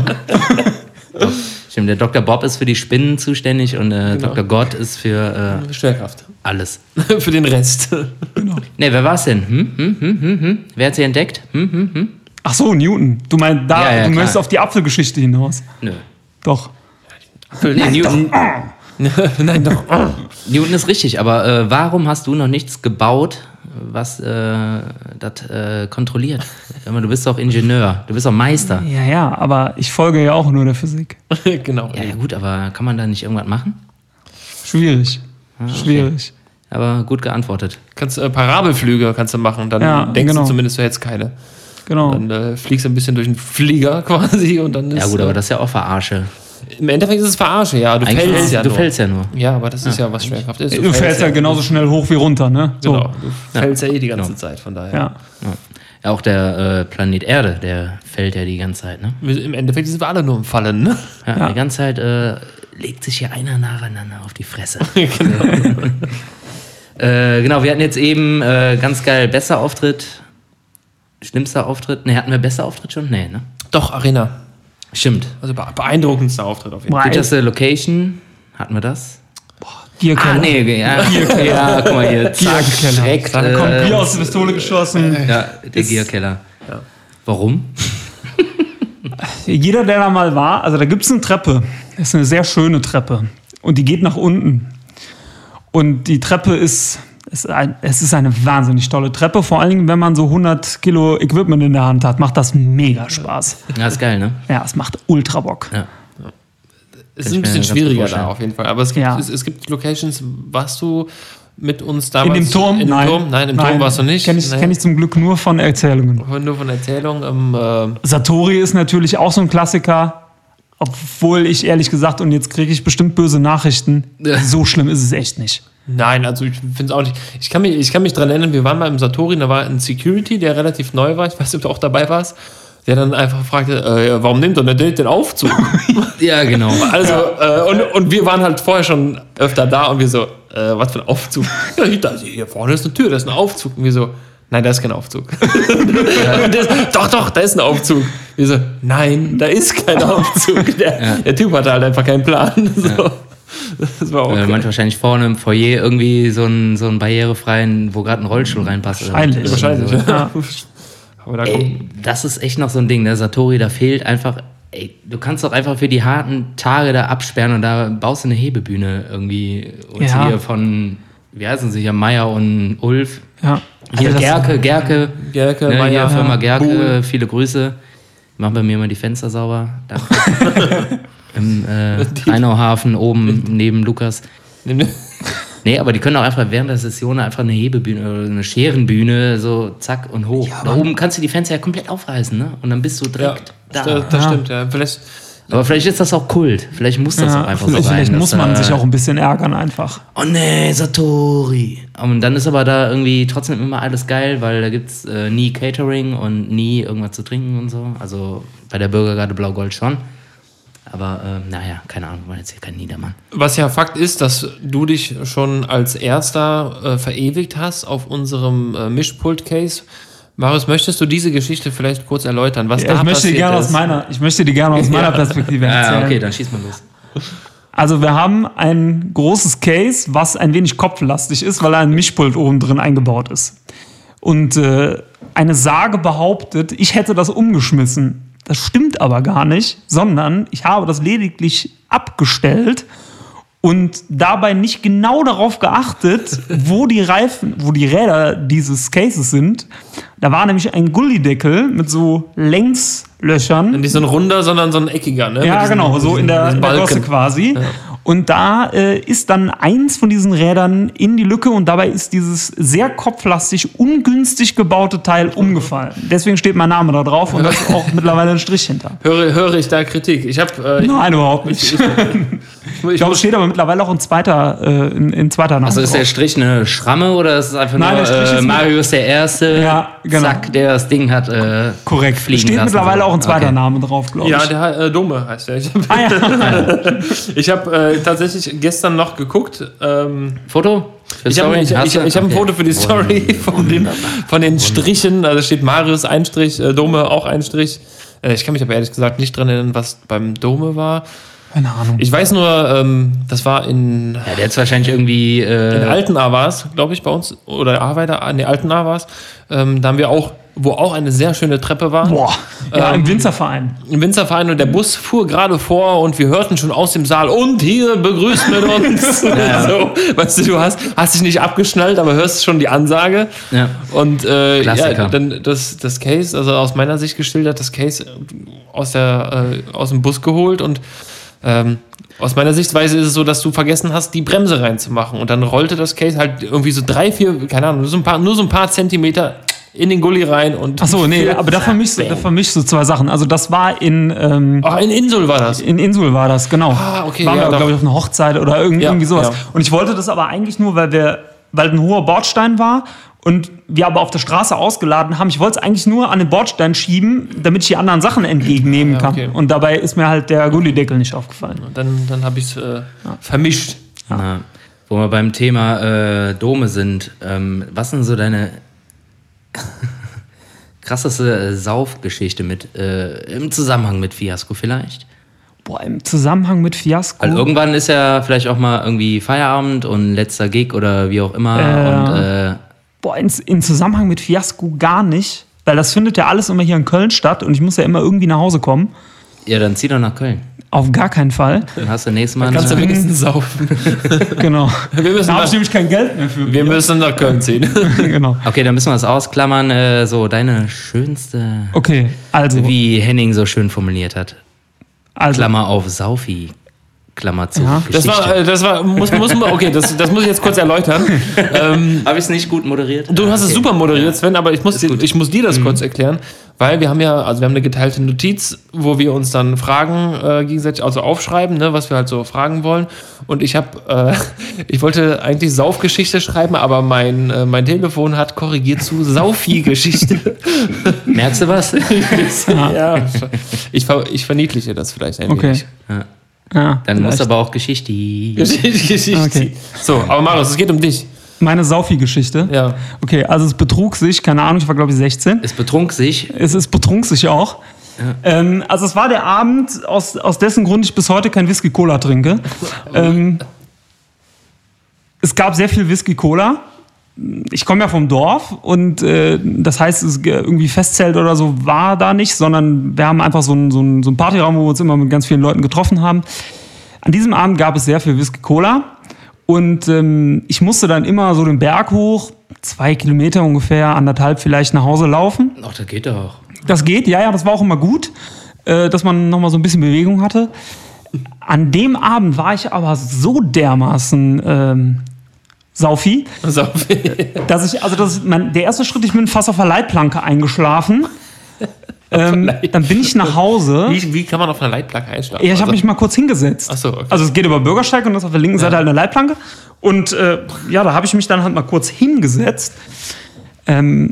Stimmt, der Doktor Bob ist für die Spinnen zuständig und äh, Genau. Doktor Gott ist für äh, Schwerkraft. alles. Für den Rest. Ne, wer war's denn? Hm? Hm? Hm? Hm? Hm? Wer hat sie entdeckt? Hm? Hm? Hm? Ach so, Newton. Du meinst, da, Ja, ja, du klar. möchtest auf die Apfelgeschichte hinaus. Nö. Doch. Nee, Newton, Nein, doch. Newton ist richtig, aber äh, warum hast du noch nichts gebaut, was äh, das äh, kontrolliert? Ich meine, du bist doch Ingenieur, du bist doch Meister. Ja, ja, aber ich folge ja auch nur der Physik. Genau. Ja, ja gut, aber kann man da nicht irgendwas machen? Schwierig. Ah, Schwierig. Aber gut geantwortet. Kannst äh, Parabelflüge kannst du machen, dann Ja, denkst genau. du zumindest, du hättest keine. Genau. Dann äh, fliegst du ein bisschen durch den Flieger quasi und dann ist. Ja gut, aber äh, das ist ja auch Verarsche. im Endeffekt ist es Verarsche, ja. Du Eigentlich fällst ja du nur. fällst ja nur. Ja, aber das ist ja, was Schwerkraft ist. Du fällst ja genauso schnell hoch wie runter, ne? So. Genau. Du fällst ja eh die ganze Genau. Zeit, von daher. Ja. Ja, auch der äh, Planet Erde, der fällt ja die ganze Zeit, ne? Im Endeffekt sind wir alle nur im Fallen, ne? Ja, Ja. Die ganze Zeit äh, legt sich hier einer nacheinander auf die Fresse. genau. äh, genau, wir hatten jetzt eben äh, ganz geil, besser Auftritt, schlimmster Auftritt. Ne, hatten wir besser Auftritt schon? Nee, ne? Doch, Arena. Sstimmt. Also be- beeindruckendster Auftritt auf jeden Fall. Boah, Güterste Location, hatten wir das? Bierkeller. Ah, nee, ja, ja, guck mal hier, zack, Bierkeller. direkt. Da kommt äh, Bier aus der Pistole geschossen. Ja, der Gierkeller. Ja. Warum? Jeder, der da mal war, also da gibt es eine Treppe. Das ist eine sehr schöne Treppe. Und die geht nach unten. Und die Treppe ist, ist ein, es ist eine wahnsinnig tolle Treppe. Vor allen Dingen, wenn man so hundert Kilo Equipment in der Hand hat, macht das mega Spaß. Ja, ist geil, ne? Ja, es macht ultra Bock. Ja. Es Kann ist ich ein mir bisschen ganz gut schwieriger vorstellen. da auf jeden Fall. Aber es gibt, Ja. es, es gibt Locations, warst du mit uns damals? In dem Turm? In dem Nein. Turm? Nein, im Turm warst du nicht. Kenne ich, Nee. kenn ich zum Glück nur von Erzählungen. Nur von Erzählung. Ähm, äh, Satori ist natürlich auch so ein Klassiker. Obwohl ich ehrlich gesagt, und jetzt kriege ich bestimmt böse Nachrichten, Ja. so schlimm ist es echt nicht. nein, also ich finde es auch nicht. Ich kann, mich, ich kann mich dran erinnern, wir waren mal im Satori, da war ein Security, der relativ neu war. Ich weiß nicht, ob du auch dabei warst. Der dann einfach fragte, äh, warum nimmt er nicht den Aufzug? Ja, genau. Also, äh, und, und wir waren halt vorher schon öfter da und wir so, äh, was für ein Aufzug? Ja, hier, da, hier vorne ist eine Tür, da ist ein Aufzug. Und wir so, nein, da ist kein Aufzug. Und das, doch, doch, da ist ein Aufzug. Wir so, nein, da ist kein Aufzug. Der, Ja. der Typ hatte halt einfach keinen Plan. So. Das war auch Äh, manche wahrscheinlich vorne im Foyer irgendwie so einen, so einen barrierefreien, wo gerade ein Rollstuhl reinpasst. oder Wahrscheinlich. so. wahrscheinlich. So. Ja. Aber da kommt, Ey, das ist echt noch so ein Ding, ne? Satori, da fehlt einfach. Ey, du kannst doch einfach für die harten Tage da absperren und da baust du eine Hebebühne irgendwie. Und Ja. hier von, wie heißen sie hier, Meier und Ulf. Ja. Hier Also das- Gerke, Gerke. Gerke, ne, Meier, hier Firma ja, Gerke, Buhl. viele Grüße. Mach bei mir mal die Fenster sauber. Danke. Im äh, Rheinauhafen oben neben Lukas. Nee, aber die können auch einfach während der Session einfach eine Hebebühne oder eine Scherenbühne so zack und hoch. Da oben kannst du die Fenster ja komplett aufreißen, ne? Und dann bist du ja, direkt das, da. das Ja. stimmt, ja. Vielleicht, Aber vielleicht ist das auch Kult. Vielleicht muss das Ja, auch einfach so vielleicht rein. vielleicht dass muss man da- sich auch ein bisschen ärgern einfach. Oh nee, Satori. Und dann ist aber da irgendwie trotzdem immer alles geil, weil da gibt's äh, nie Catering und nie irgendwas zu trinken und so. Also bei der Bürgergarde Blau-Gold schon. Aber ähm, naja, keine Ahnung, wir wollen jetzt hier kein Niedermann. Was ja Fakt ist, dass du dich schon als Erster äh, verewigt hast auf unserem äh, Mischpult-Case. Marius, möchtest du diese Geschichte vielleicht kurz erläutern, was Ja, da ich, möchte die passiert gerne ist? aus meiner, ich möchte die gerne aus meiner Perspektive erzählen. Ja, okay, dann schieß mal los. Also wir haben ein großes Case, was ein wenig kopflastig ist, weil ein Mischpult oben drin eingebaut ist. Und äh, eine Sage behauptet, ich hätte das umgeschmissen. Das stimmt aber gar nicht, sondern ich habe das lediglich abgestellt und dabei nicht genau darauf geachtet, wo die Reifen, wo die Räder dieses Cases sind. Da war nämlich ein Gullideckel mit so Längslöchern. Nicht so ein runder, sondern so ein eckiger, ne? Ja, Mit diesen- genau, so in der, in der Balken. Gosse quasi. Und da äh, ist dann eins von diesen Rädern in die Lücke und dabei ist dieses sehr kopflastig, ungünstig gebaute Teil umgefallen. Deswegen steht mein Name da drauf und da ist auch mittlerweile ein Strich hinter. Höre, höre ich da Kritik? Ich habe äh, Nein, überhaupt nicht. ich, ich, ich, Ich glaube, es steht aber mittlerweile auch ein zweiter, äh, in, in zweiter Name Also ist der drauf. Strich eine Schramme oder ist es einfach Nein, nur der Strich äh, ist mit- Marius der Erste, Ja, genau. zack, der das Ding hat äh, Korrekt. fliegen Steht lassen. mittlerweile auch ein zweiter Okay. Name drauf, glaube ich. ja, der äh, Dome heißt der. Ich habe Ah, ja. ich hab, äh, tatsächlich gestern noch geguckt. Ähm, Foto? Für ich habe Story? ich, ich, Hast du? ich hab ein Okay. Foto für die Story von den, von den Strichen. Also steht Marius ein Strich, äh, Dome auch ein Strich. Äh, ich kann mich aber ehrlich gesagt nicht dran erinnern, was beim Dome war. Keine Ahnung. Ich weiß nur, ähm, das war in, Ja, der hat wahrscheinlich irgendwie. Äh, in Altenahr war es, glaube ich, bei uns. Oder Arbeiter, ne, Altenahr war es. Ähm, da haben wir auch, wo auch eine sehr schöne Treppe war. Boah. Ja, Ähm, im Winzerverein. Im Winzerverein und der Bus fuhr gerade vor und wir hörten schon aus dem Saal und hier begrüßt mit uns. So, weißt du, du hast, hast dich nicht abgeschnallt, aber hörst schon die Ansage. Ja. Und äh, Klassiker. ja, dann das, das Case, also aus meiner Sicht geschildert, das Case aus, der, äh, aus dem Bus geholt und ähm, aus meiner Sichtweise ist es so, dass du vergessen hast, die Bremse reinzumachen und dann rollte das Case halt irgendwie so drei, vier, keine Ahnung, nur so ein paar, nur so ein paar Zentimeter in den Gully rein und Ach so, nee, aber da vermischst, du- da vermischst du zwei Sachen. Also das war in, ähm, Ach, in Insul war das. in Insul war das, genau. Ah, okay, Waren ja, wir, doch. glaube ich, auf einer Hochzeit oder irgend, Ja, irgendwie sowas. ja. Und ich wollte das aber eigentlich nur, weil wir, weil ein hoher Bordstein war und wir aber auf der Straße ausgeladen haben. Ich wollte es eigentlich nur an den Bordstein schieben, damit ich die anderen Sachen entgegennehmen kann. okay. Und dabei ist mir halt der Gullideckel nicht aufgefallen. Dann, dann habe ich es äh, vermischt. Na, wo wir beim Thema äh, Dome sind, ähm, was sind so deine krasseste äh, Saufgeschichte mit, äh, im Zusammenhang mit Fiasko vielleicht? Boah, im Zusammenhang mit Fiasko. Weil irgendwann ist ja vielleicht auch mal irgendwie Feierabend und letzter Gig oder wie auch immer. Äh, und äh, Boah, in, in Zusammenhang mit Fiasko gar nicht. Weil das findet ja alles immer hier in Köln statt und ich muss ja immer irgendwie nach Hause kommen. ja, dann zieh doch nach Köln. Auf gar keinen Fall. Dann hast du nächstes Mal Kannst du eine, wenigstens saufen. Genau. Wir müssen, Da habe nach, ich nämlich kein Geld mehr für. wir müssen nach Köln ziehen. Genau. Okay, dann müssen wir das ausklammern. Äh, so, deine schönste, Okay, also. wie Henning so schön formuliert hat. also Klammer auf Saufi, Klammer zu. Ja. Das war, äh, das war, muss, muss, okay, das, das muss ich jetzt kurz erläutern. Ähm, Habe ich es nicht gut moderiert? du hast es Okay. super moderiert, Sven, aber ich muss, dir, gut. ich muss dir das kurz erklären, weil wir haben ja, also wir haben eine geteilte Notiz, wo wir uns dann Fragen äh, gegenseitig, also aufschreiben, ne, was wir halt so fragen wollen. Und ich habe, äh, ich wollte eigentlich Saufgeschichte schreiben, aber mein, äh, mein Telefon hat korrigiert zu Saufi-Geschichte. Merkst du was? ja, ich, ver, ich verniedliche das vielleicht ein Okay. wenig. ja, Dann muss vielleicht. aber auch Geschichte. Geschichte. Okay. So, aber Marius, es geht um dich. Meine Saufi-Geschichte. Ja. Okay, also es betrug sich, keine Ahnung, ich war glaube ich sechzehn. Es betrunk sich. Es ist betrunk sich auch. Ähm, also es war der Abend, aus, aus dessen Grund ich bis heute kein Whisky-Cola trinke. ähm, es gab sehr viel Whisky-Cola. Ich komme ja vom Dorf und äh, das heißt, es irgendwie Festzelt oder so war da nicht, sondern wir haben einfach so einen so einen- so einen Partyraum, wo wir uns immer mit ganz vielen Leuten getroffen haben. An diesem Abend gab es sehr viel Whisky-Cola und ähm, ich musste dann immer so den Berg hoch, zwei Kilometer ungefähr, anderthalb vielleicht nach Hause laufen. Ach, das geht doch. Das geht, ja, ja, das war auch immer gut, äh, dass man nochmal so ein bisschen Bewegung hatte. An dem Abend war ich aber so dermaßen ähm, Saufi, Saufi. dass ich, also das ist mein, der erste Schritt, ich bin fast auf der Leitplanke eingeschlafen. ähm, dann bin ich nach Hause. Wie, wie kann man auf einer Leitplanke einschlafen? Ja, ich habe Also- mich mal kurz hingesetzt. Ach so, okay. Also es geht über Bürgersteig und das ist auf der linken Seite halt eine Leitplanke. Und äh, ja, da habe ich mich dann halt mal kurz hingesetzt. Ähm,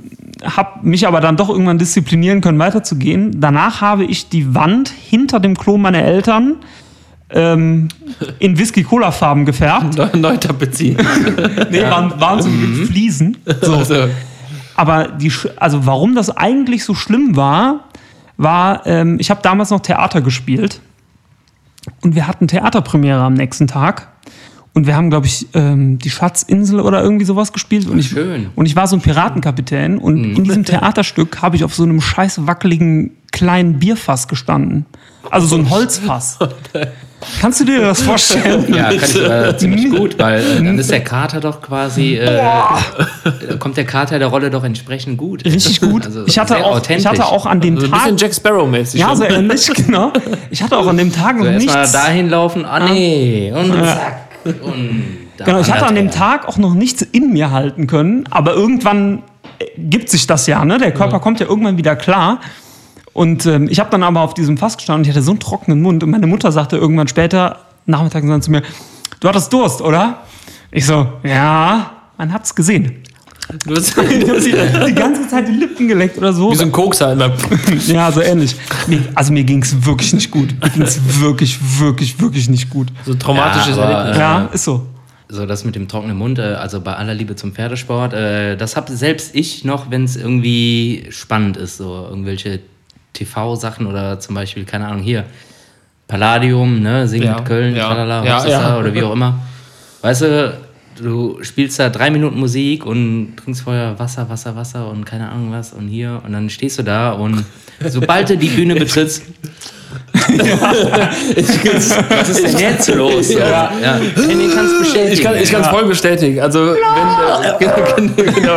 habe mich aber dann doch irgendwann disziplinieren können, weiterzugehen. Danach habe ich die Wand hinter dem Klo meiner Eltern ähm, in Whisky-Cola-Farben gefärbt. Neu tapeziert. Nee, ja. waren, waren so mit Fliesen. So. Also. Aber die, also warum das eigentlich so schlimm war, war, ähm, ich habe damals noch Theater gespielt und wir hatten Theaterpremiere am nächsten Tag. Und wir haben, glaube ich, ähm, die Schatzinsel oder irgendwie sowas gespielt. Und ich, Schön. Und ich war so ein Piratenkapitän. Und mhm. in diesem Theaterstück habe ich auf so einem scheiß wackeligen kleinen Bierfass gestanden. Also so ein Holzfass. Kannst du dir das vorstellen? Ja, kann ich äh, ziemlich gut, weil äh, dann ist der Kater doch quasi, äh, da kommt der Kater der Rolle doch entsprechend gut. Richtig gut. Also ich, hatte auch, ich hatte auch an dem also Tag... Ein bisschen Jack Sparrow-mäßig. Ja, so ähnlich, genau. Ich hatte auch an dem Tag so noch nichts... Erstmal dahin laufen, ah nee, und zack. Und genau, ich hatte an dem Tag auch noch nichts in mir halten können, aber irgendwann gibt sich das ja, ne? Der Körper ja. kommt ja irgendwann wieder klar. Und ähm, ich habe dann aber auf diesem Fass gestanden und ich hatte so einen trockenen Mund und meine Mutter sagte irgendwann später, nachmittags dann zu mir, du hattest Durst, oder? Ich so, ja, man hat's gesehen. Du hast die, die ganze Zeit die Lippen geleckt oder so. Wie so ein Kokser immer. Ja, so ähnlich. Mir, also mir ging's wirklich nicht gut. Mir ging's wirklich, wirklich, wirklich nicht gut. So traumatisches ja, aber, Erlebnis. Äh, ja, ist so. So das mit dem trockenen Mund, äh, also bei aller Liebe zum Pferdesport, äh, das habe selbst ich noch, wenn es irgendwie spannend ist, so irgendwelche T V-Sachen oder zum Beispiel, keine Ahnung, hier, Palladium, ne, Sing ja, mit Köln, ja, tralala, ja, ja. oder wie auch immer. Weißt du, du spielst da drei Minuten Musik und trinkst vorher Wasser, Wasser, Wasser und keine Ahnung was und hier und dann stehst du da und sobald du die Bühne betrittst, ja. was ist denn jetzt los? Ja. Ja. Henning kann es bestätigen. Ich kann es ja. voll bestätigen. Also wenn, genau,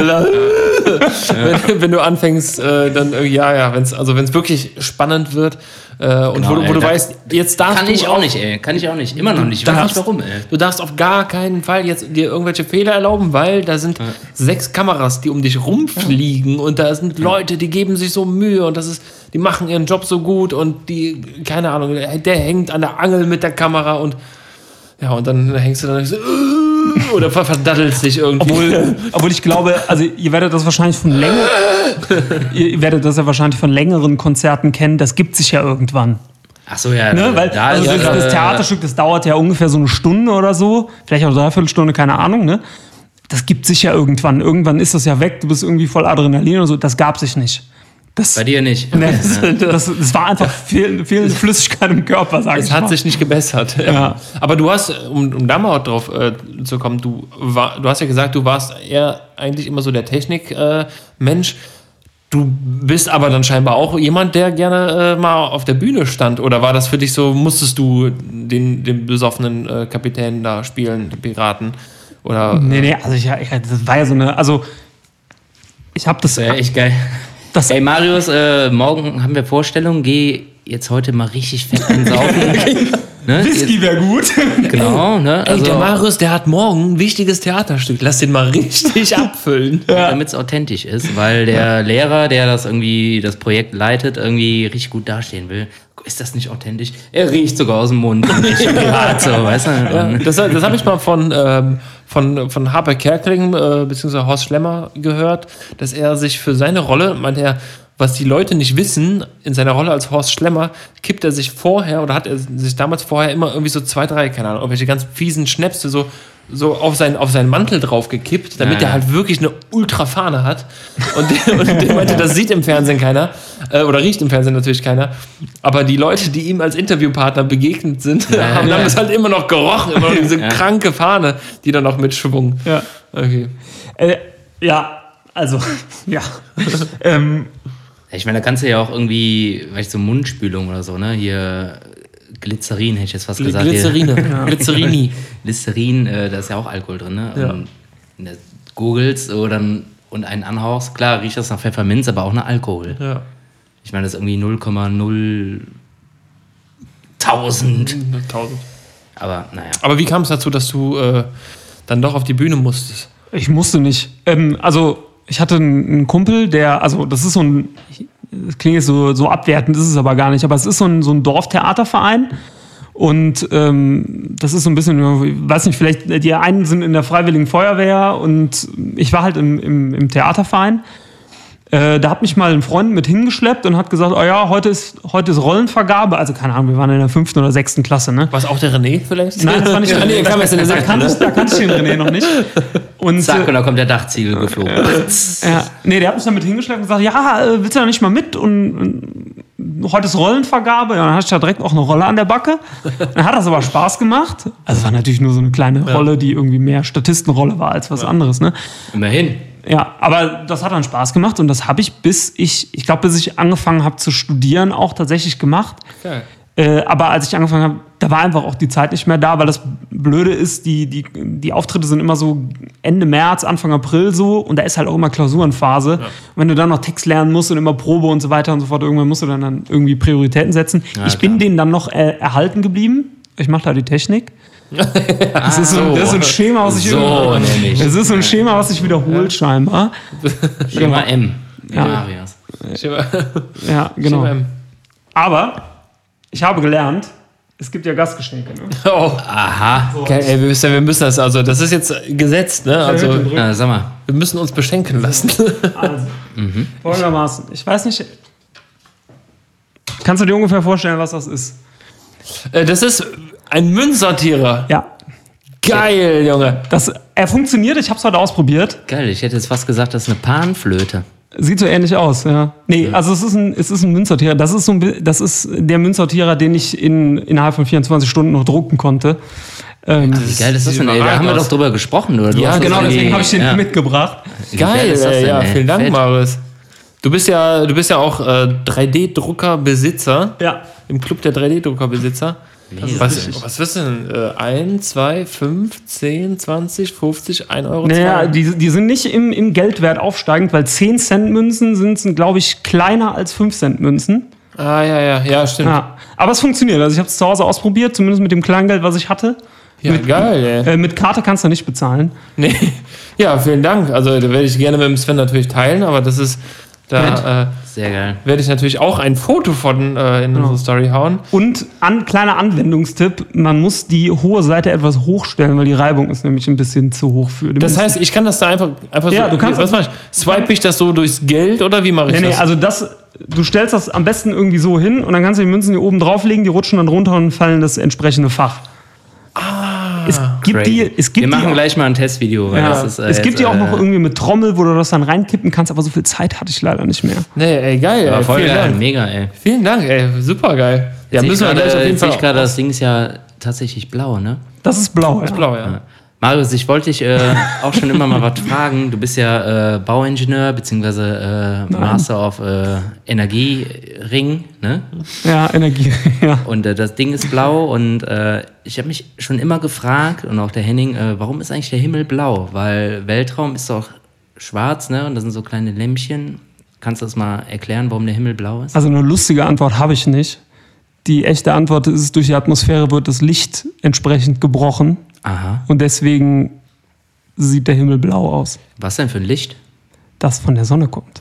wenn, wenn du anfängst, äh, dann ja, ja, wenn es also wenn es wirklich spannend wird äh, und genau, wo, wo ey, du weißt, jetzt darfst kann du ich auch nicht, ey, kann ich auch nicht, immer noch nicht. Ich weiß nicht warum, ey. Du darfst auf gar keinen Fall jetzt dir irgendwelche Fehler erlauben, weil da sind ja. sechs Kameras, die um dich rumfliegen ja. und da sind Leute, die geben sich so Mühe und das ist, die machen ihren Job so gut und die, keine Ahnung, der hängt an der Angel mit der Kamera und ja, und dann hängst du dann so oder verdattelst dich irgendwie. Obwohl, obwohl ich glaube, also ihr werdet das wahrscheinlich von länger, ihr werdet das ja wahrscheinlich von längeren Konzerten kennen, das gibt sich ja irgendwann. Ach so, ja. Ne? Weil, da also ist, das, das äh, Theaterstück, das dauert ja ungefähr so eine Stunde oder so, vielleicht auch eine Dreiviertelstunde, keine Ahnung, ne? Das gibt sich ja irgendwann. Irgendwann ist das ja weg, du bist irgendwie voll Adrenalin oder so, das gab sich nicht. Das, Bei dir nicht. Nee, das, das, das war einfach fehl, fehlende Flüssigkeit im Körper, sag es ich hat mal. sich nicht gebessert. Ja. Aber du hast, um, um da mal drauf äh, zu kommen, du, war, du hast ja gesagt, du warst eher eigentlich immer so der Technik-Mensch. Äh, du bist aber dann scheinbar auch jemand, der gerne äh, mal auf der Bühne stand. Oder war das für dich so, musstest du den, den besoffenen äh, Kapitän da spielen, die Piraten? Oder, nee, nee, also ich, ich, das war ja so eine, also ich habe das... Das wäre echt geil. Das Ey, Marius, äh, morgen haben wir Vorstellungen. Geh jetzt heute mal richtig fett einsaufen. Ne? Whisky wäre gut. Genau, ne? Also, ey, der Marius, der hat morgen ein wichtiges Theaterstück. Lass den mal richtig abfüllen. Ja. Damit es authentisch ist, weil der ja. Lehrer, der das irgendwie, das Projekt leitet, irgendwie richtig gut dastehen will. Ist das nicht authentisch? Er riecht sogar aus dem Mund. Gerade so, weißt du? Ja, das das habe ich mal von, ähm, von, von Harper Kerkeling äh, bzw. Horst Schlemmer gehört, dass er sich für seine Rolle, meint er, was die Leute nicht wissen, in seiner Rolle als Horst Schlemmer, kippt er sich vorher oder hat er sich damals vorher immer irgendwie so zwei, drei, keine Ahnung, irgendwelche ganz fiesen Schnäpse so, so auf, seinen, auf seinen Mantel drauf gekippt, damit ja, er halt wirklich eine Ultrafahne hat. Und der, und der meinte, das sieht im Fernsehen keiner, äh, oder riecht im Fernsehen natürlich keiner. Aber die Leute, die ihm als Interviewpartner begegnet sind, ja, haben ja. dann das halt immer noch gerochen, immer noch diese ja. kranke Fahne, die dann noch mitschwung. Ja. Okay. Äh, ja, also, ja. ähm, Ich meine, da kannst du ja auch irgendwie, vielleicht so Mundspülung oder so, ne? Hier Glycerin, hätte ich jetzt fast gesagt. Glycerine. Ja. Glycerini. Glycerin, äh, da ist ja auch Alkohol drin, ne? Ja. Und wenn du googelst so, dann, und einen anhauchst, klar riecht das nach Pfefferminz, aber auch nach Alkohol. Ja. Ich meine, das ist irgendwie null Komma null tausend. Tausend. Aber naja. Aber wie kam es dazu, dass du äh, dann doch auf die Bühne musstest? Ich musste nicht. Ähm, also, ich hatte einen Kumpel, der, also, das ist so ein, das klingt jetzt so, so abwertend, ist es aber gar nicht, aber es ist so ein, so ein Dorftheaterverein. Und ähm, das ist so ein bisschen, ich weiß nicht, vielleicht, die einen sind in der Freiwilligen Feuerwehr und ich war halt im, im, im Theaterverein. Äh, da hat mich mal ein Freund mit hingeschleppt und hat gesagt, oh ja, heute ist, heute ist Rollenvergabe. Also keine Ahnung, wir waren in der fünften oder sechsten Klasse, ne? Was auch der René vielleicht? Nein, das war nicht ja, nee, kam erst in der da, kannte ich, da kannte ich den René noch nicht. Und, Zack, und da kommt der Dachziegel geflogen. ja, nee, der hat mich dann mit hingeschleppt und gesagt, ja, willst du da nicht mal mit? Und, und heute ist Rollenvergabe. Ja, dann hatte ich da direkt auch eine Rolle an der Backe. Dann hat das aber Spaß gemacht. Also es war natürlich nur so eine kleine Ja. Rolle, die irgendwie mehr Statistenrolle war als was Ja. anderes, ne? Immerhin. Ja, aber das hat dann Spaß gemacht und das habe ich bis ich, ich glaube, bis ich angefangen habe zu studieren, auch tatsächlich gemacht. Geil. Äh, aber als ich angefangen habe, da war einfach auch die Zeit nicht mehr da, weil das Blöde ist, die, die, die Auftritte sind immer so Ende März, Anfang April so und da ist halt auch immer Klausurenphase. Ja. Und wenn du dann noch Text lernen musst und immer Probe und so weiter und so fort, irgendwann musst du dann, dann irgendwie Prioritäten setzen. Ja, ich bin klar. denen dann noch äh, erhalten geblieben. Ich mache da die Technik. Das ist, so, das ist so ein Schema, was sich So immer- nämlich. Das ist so ein Schema, was sich wiederholt scheinbar. Schema M. Wie Ja. Marius. Ja, genau. Schema M. Aber ich habe gelernt, es gibt ja Gastgeschenke. Ne? Oh. Aha. Geil, ey, wir müssen, wir müssen das, also das ist jetzt gesetzt, ne? Also Na, sag mal. wir müssen uns beschenken lassen. Also, folgendermaßen. Ich weiß nicht, kannst du dir ungefähr vorstellen, was das ist? Äh, Das ist ein Münzsortierer. Ja, Geil, Junge. das, er funktioniert, ich habe es heute ausprobiert. Geil, ich hätte jetzt fast gesagt, das ist eine Panflöte. Sieht so ähnlich aus, ja. Nee, also es ist ein, es ist ein Münzsortierer. Das ist, so ein, bi- das ist der Münzsortierer, den ich in, innerhalb von vierundzwanzig Stunden noch drucken konnte. Ähm, Wie geil ist das denn, ey? Da überragend haben wir aus. doch drüber gesprochen, oder? Du Ja, hast das genau, irgendwie- deswegen habe ich den ja. mitgebracht. Wie geil Geil, ist das ey, denn, ja, ey? vielen Dank, Fett. Marius. Du bist ja, du bist ja auch äh, drei D-Drucker-Besitzer. Ja. Im Club der drei D-Drucker-Besitzer. ist Was, richtig. was wirst du denn? Äh, eins, zwei, fünf, zehn, zwanzig, fünfzig, ein Euro, Naja, zwei? die, die sind nicht im, im Geldwert aufsteigend, weil zehn Cent Münzen sind, glaube ich, kleiner als fünf Cent Münzen. Ah, ja, ja, ja, stimmt. Ja, Ja. Aber es funktioniert. Also ich habe es zu Hause ausprobiert, zumindest mit dem Kleingeld, was ich hatte. mit, geil, ey. Äh, mit Karte kannst du nicht bezahlen. Nee. Ja, vielen Dank. Also, da werde ich gerne mit dem Sven natürlich teilen, aber das ist, da äh, Sehr geil. werde ich natürlich auch ein Foto von äh, in unsere Story hauen. Und an, kleiner Anwendungstipp, man muss die hohe Seite etwas hochstellen, weil die Reibung ist nämlich ein bisschen zu hoch für den Das Münzen. heißt, ich kann das da einfach, einfach Ja, so, du kannst- was mache ich? Swipe ich das so durchs Geld oder wie mache ich Nee, nee, das? also das, du stellst das am besten irgendwie so hin und dann kannst du die Münzen hier oben drauflegen, die rutschen dann runter und fallen in das entsprechende Fach. Ah, es gibt die, es gibt Wir machen die, gleich mal ein Testvideo, weil ja, das ist. äh, es gibt jetzt, die auch noch äh, irgendwie mit Trommel, wo du das dann reinkippen kannst, aber so viel Zeit hatte ich leider nicht mehr. Nee, ey, geil, aber ey, voll vielen geil, Dank. mega, ey. Vielen Dank, ey, super geil. Ja, Sehe ich müssen wir gerade- gleich auf jeden sehe Fall ich gerade, aus- das Ding ist ja tatsächlich blau, ne? Das ist blau, ja. blau, ja. Marius, ich wollte dich äh, auch schon immer mal was fragen. Du bist ja äh, Bauingenieur beziehungsweise äh, Master of äh, Energiering, ne? Ja, Energie, ja. Und äh, das Ding ist blau und äh, ich habe mich schon immer gefragt und auch der Henning, äh, warum ist eigentlich der Himmel blau? Weil Weltraum ist doch schwarz, ne? Und das sind so kleine Lämpchen. Kannst du das mal erklären, warum der Himmel blau ist? Also eine lustige Antwort habe ich nicht. Die echte Antwort ist, durch die Atmosphäre wird das Licht entsprechend gebrochen Aha. und deswegen sieht der Himmel blau aus. Was denn für ein Licht? Das von der Sonne kommt.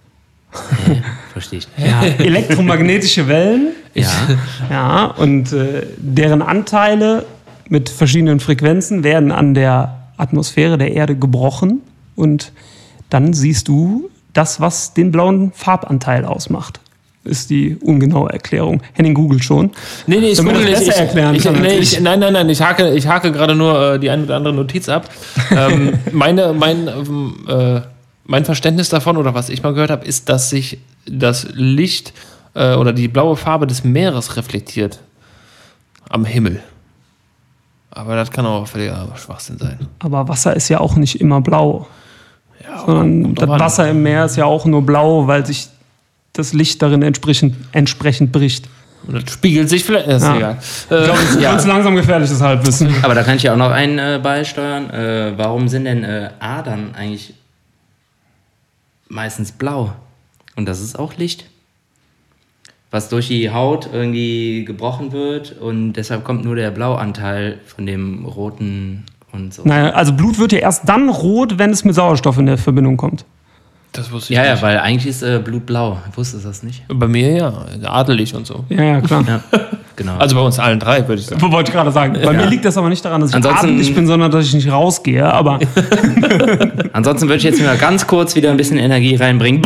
Nee, verstehe ich nicht. Ja, elektromagnetische Wellen, Ja. ja, und äh, deren Anteile mit verschiedenen Frequenzen werden an der Atmosphäre der Erde gebrochen und dann siehst du das, was den blauen Farbanteil ausmacht. Ist die ungenaue Erklärung. Henning googelt schon. Nee, nee, ich Damit google das nicht. besser Ich, erklären ich, kann als nee, ich. ich, nein, nein, nein, ich hake, ich hake gerade nur äh, die eine oder andere Notiz ab. ähm, meine, mein, ähm, äh, mein Verständnis davon, oder was ich mal gehört habe, ist, dass sich das Licht äh, oder die blaue Farbe des Meeres reflektiert am Himmel. Aber das kann auch völliger Schwachsinn sein. Aber Wasser ist ja auch nicht immer blau. Ja, Sondern kommt das drauf an. Wasser im Meer ist ja auch nur blau, weil sich das Licht darin entsprechend, entsprechend bricht. Und das spiegelt sich vielleicht. Ist Ja. egal. Ich glaube, das ist Ja. ganz langsam gefährliches Halbwissen. Aber da kann ich ja auch noch einen äh, beisteuern. Äh, warum sind denn äh, Adern eigentlich meistens blau? Und das ist auch Licht. Was durch die Haut irgendwie gebrochen wird und deshalb kommt nur der Blauanteil von dem roten und so. Naja, also Blut wird ja erst dann rot, wenn es mit Sauerstoff in der Verbindung kommt. Das wusste ich Ja, ja, nicht. weil eigentlich ist äh, Blut blau. Wusstest du das nicht? Bei mir ja, adelig und so. Ja, ja, klar. Ja, genau. Also bei uns allen drei, würde ich sagen. Wollte ich gerade sagen. Bei Ja. mir liegt das aber nicht daran, dass ich Ansonsten- abendlich bin, sondern dass ich nicht rausgehe. Aber Ansonsten würde ich jetzt mal ganz kurz wieder ein bisschen Energie reinbringen.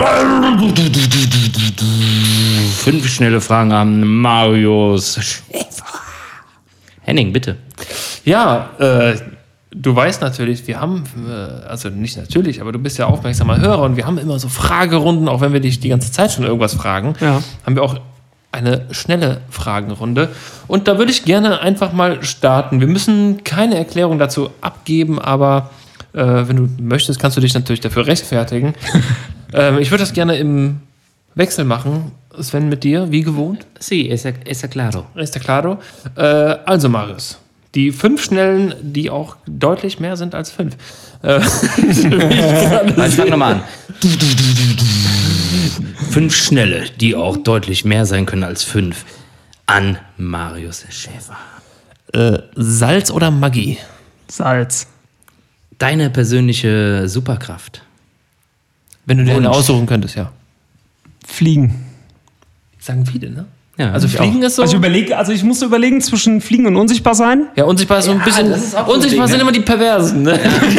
Fünf schnelle Fragen an Marius Schäfer. Henning, bitte. Ja, äh, du weißt natürlich, wir haben, äh, also nicht natürlich, aber du bist ja aufmerksamer Hörer und wir haben immer so Fragerunden, auch wenn wir dich die ganze Zeit schon irgendwas fragen, Ja. haben wir auch eine schnelle Fragenrunde. Und da würde ich gerne einfach mal starten. Wir müssen keine Erklärung dazu abgeben, aber äh, wenn du möchtest, kannst du dich natürlich dafür rechtfertigen. ähm, ich würde das gerne im Wechsel machen. Sven, mit dir, wie gewohnt. Sí, esa, esa claro. Ist ja klaro. Äh, also, Marius. Die fünf Schnellen, die auch deutlich mehr sind als fünf. Äh, Also ich fange nochmal an. Fünf schnelle, die auch deutlich mehr sein können als fünf. An Marius Schäfer. äh, Salz oder Maggi? Salz. Deine persönliche Superkraft. Wenn du dir eine Wunsch. aussuchen könntest, ja. Fliegen. Sagen viele, ne? Ja, Also ich Fliegen ist so. Also ich überlege, also ich musste überlegen zwischen Fliegen und unsichtbar sein. ja, unsichtbar ist so ein bisschen. das ist auch so ein Unsichtbar Ding, sind ne? immer die Perversen, ne?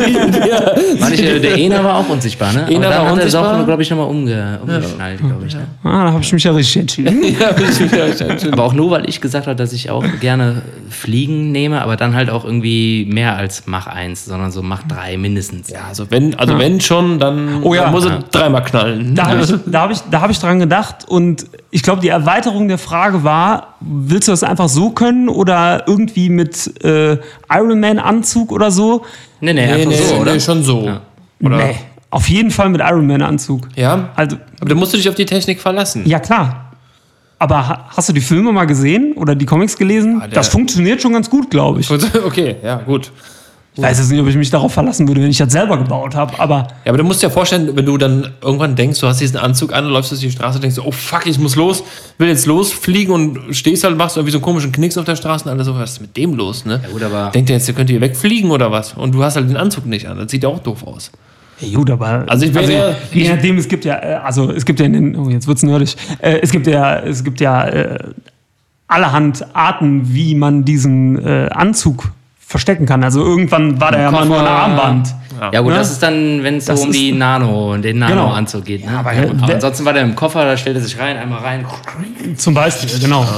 War nicht, äh, der Ener war auch unsichtbar, ne? Ener Aber dann war hat er es unsichtbar. auch, glaube ich, nochmal umge, umgeschnallt, glaube ich. Ne? Ah, da habe ich mich ja richtig entschieden. ja, ja, ja, ja. Aber auch nur, weil ich gesagt habe, dass ich auch gerne Fliegen nehme, aber dann halt auch irgendwie mehr als Mach eins, sondern so Mach drei mindestens. Ja, also wenn, also wenn schon, dann, Oh ja. dann muss er Ja. dreimal knallen. Da habe ich, da hab ich, da hab ich dran gedacht und ich glaube, die Erweiterung der Frage war, willst du das einfach so können oder irgendwie mit äh, Ironman-Anzug oder so? Nee, nee, nee, einfach nee, so, oder? nee, schon so. Ja. Oder? Nee, auf jeden Fall mit Ironman-Anzug. Ja? Also, Aber dann musst du dich auf die Technik verlassen. ja klar. Aber ha- hast du die Filme mal gesehen oder die Comics gelesen? der- Das funktioniert schon ganz gut, glaube ich. Okay, ja, gut. Ich weiß jetzt nicht, ob ich mich darauf verlassen würde, wenn ich das selber gebaut habe, aber Ja, aber du musst dir vorstellen, wenn du dann irgendwann denkst, du hast diesen Anzug an, du läufst durch die Straße und denkst, oh fuck, ich muss los, will jetzt losfliegen und stehst halt, machst irgendwie so einen komischen Knicks auf der Straße und alle so, was ist mit dem los, ne? Ja, gut, aber- Denkt ihr jetzt, ihr könnt hier wegfliegen oder was? Und du hast halt den Anzug nicht an, das sieht ja auch doof aus. ja, gut, aber Also ich wäre ja- je nachdem, es gibt ja, äh, also es gibt ja in den, oh jetzt wird's nerdig, äh, es gibt ja, es gibt ja äh, allerhand Arten, wie man diesen äh, Anzug verstecken kann. Also irgendwann war der ja mal nur ein Armband. Ja gut, Ne? das ist dann, wenn es so Das um ist- die Nano, den Genau. Nano-Anzug geht. Ne? aber- aber aber ansonsten war der im Koffer, da stellt er sich rein, einmal rein. Zum Beispiel, genau.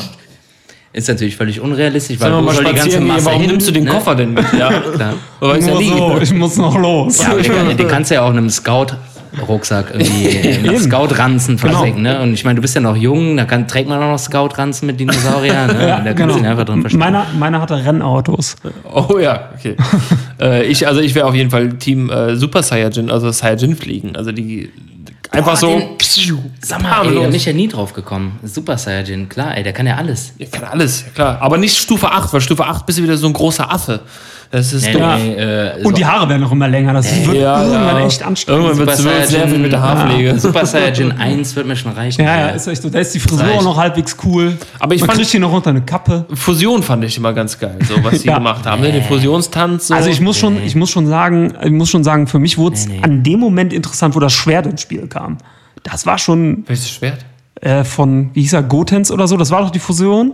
Ist natürlich völlig unrealistisch, weil Sollen wir wo mal soll die ganze spazieren gehen, Masse warum hin? nimmst du den ne? Koffer denn mit? Ja, Klar. aber ist ja Nur nie. so, ich muss noch los. Ja, aber den, kann- den kannst du ja auch in einem Scout-Rucksack irgendwie, in einem Scout-Ranzen verstecken. Ne? Und ich meine, du bist ja noch jung, da kann, trägt man auch noch Scout-Ranzen mit Dinosauriern. Ne? Ja, da kannst genau. du ihn einfach drin verstecken. Meiner, meiner hatte Rennautos. Oh ja, okay. äh, ich, also ich wäre auf jeden Fall Team äh, Super Saiyajin, also Saiyajin fliegen. Also die einfach so. den- Sag mal, ey, da bin ich ja nie drauf gekommen. Super Saiyajin, klar, ey, der kann ja alles. Ja, kann alles, ja, klar. Aber nicht Stufe acht, weil Stufe acht bist du wieder so ein großer Affe. Das ist Nee, doof. nee, äh, Und die Haare werden noch immer länger. Das wird Ja, irgendwann ja. echt anstrengend. Irgendwann wird es Super nervig Saiyajin- mit der Haarpflege. Super Saiyajin eins wird mir schon reichen. Ja, ja, ist echt so. Da ist die Frisur reicht. auch noch halbwegs cool. Aber ich Man fand- kriegt hier noch unter eine Kappe. Fusion fand ich immer ganz geil, so was die Ja. gemacht haben. Ne? Den Fusionstanz. So. Also ich muss schon, ich muss schon sagen, ich muss schon sagen, für mich wurde es Nee, nee. an dem Moment interessant, wo das Schwert ins Spiel kam. Das war schon Welches Schwert? äh, von, wie hieß er, Gotenks oder so. Das war doch die Fusion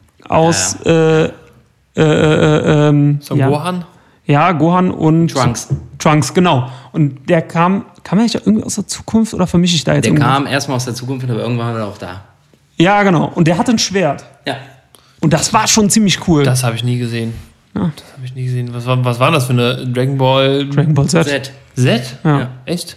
aus äh, äh, äh, ähm, So ja. Gohan? Ja, Gohan und Trunks. Trunks, genau. Und der kam, kam er nicht irgendwie aus der Zukunft oder vermische ich da jetzt Der irgendwas? kam erstmal aus der Zukunft, aber irgendwann war er auch da. Ja, genau. Und der hatte ein Schwert. Ja. Und das war schon ziemlich cool. Das habe ich nie gesehen. Das habe ich nie gesehen. Was war, was war das für eine Dragon Ball Dragon Ball Z. Z. Z? Ja. Echt?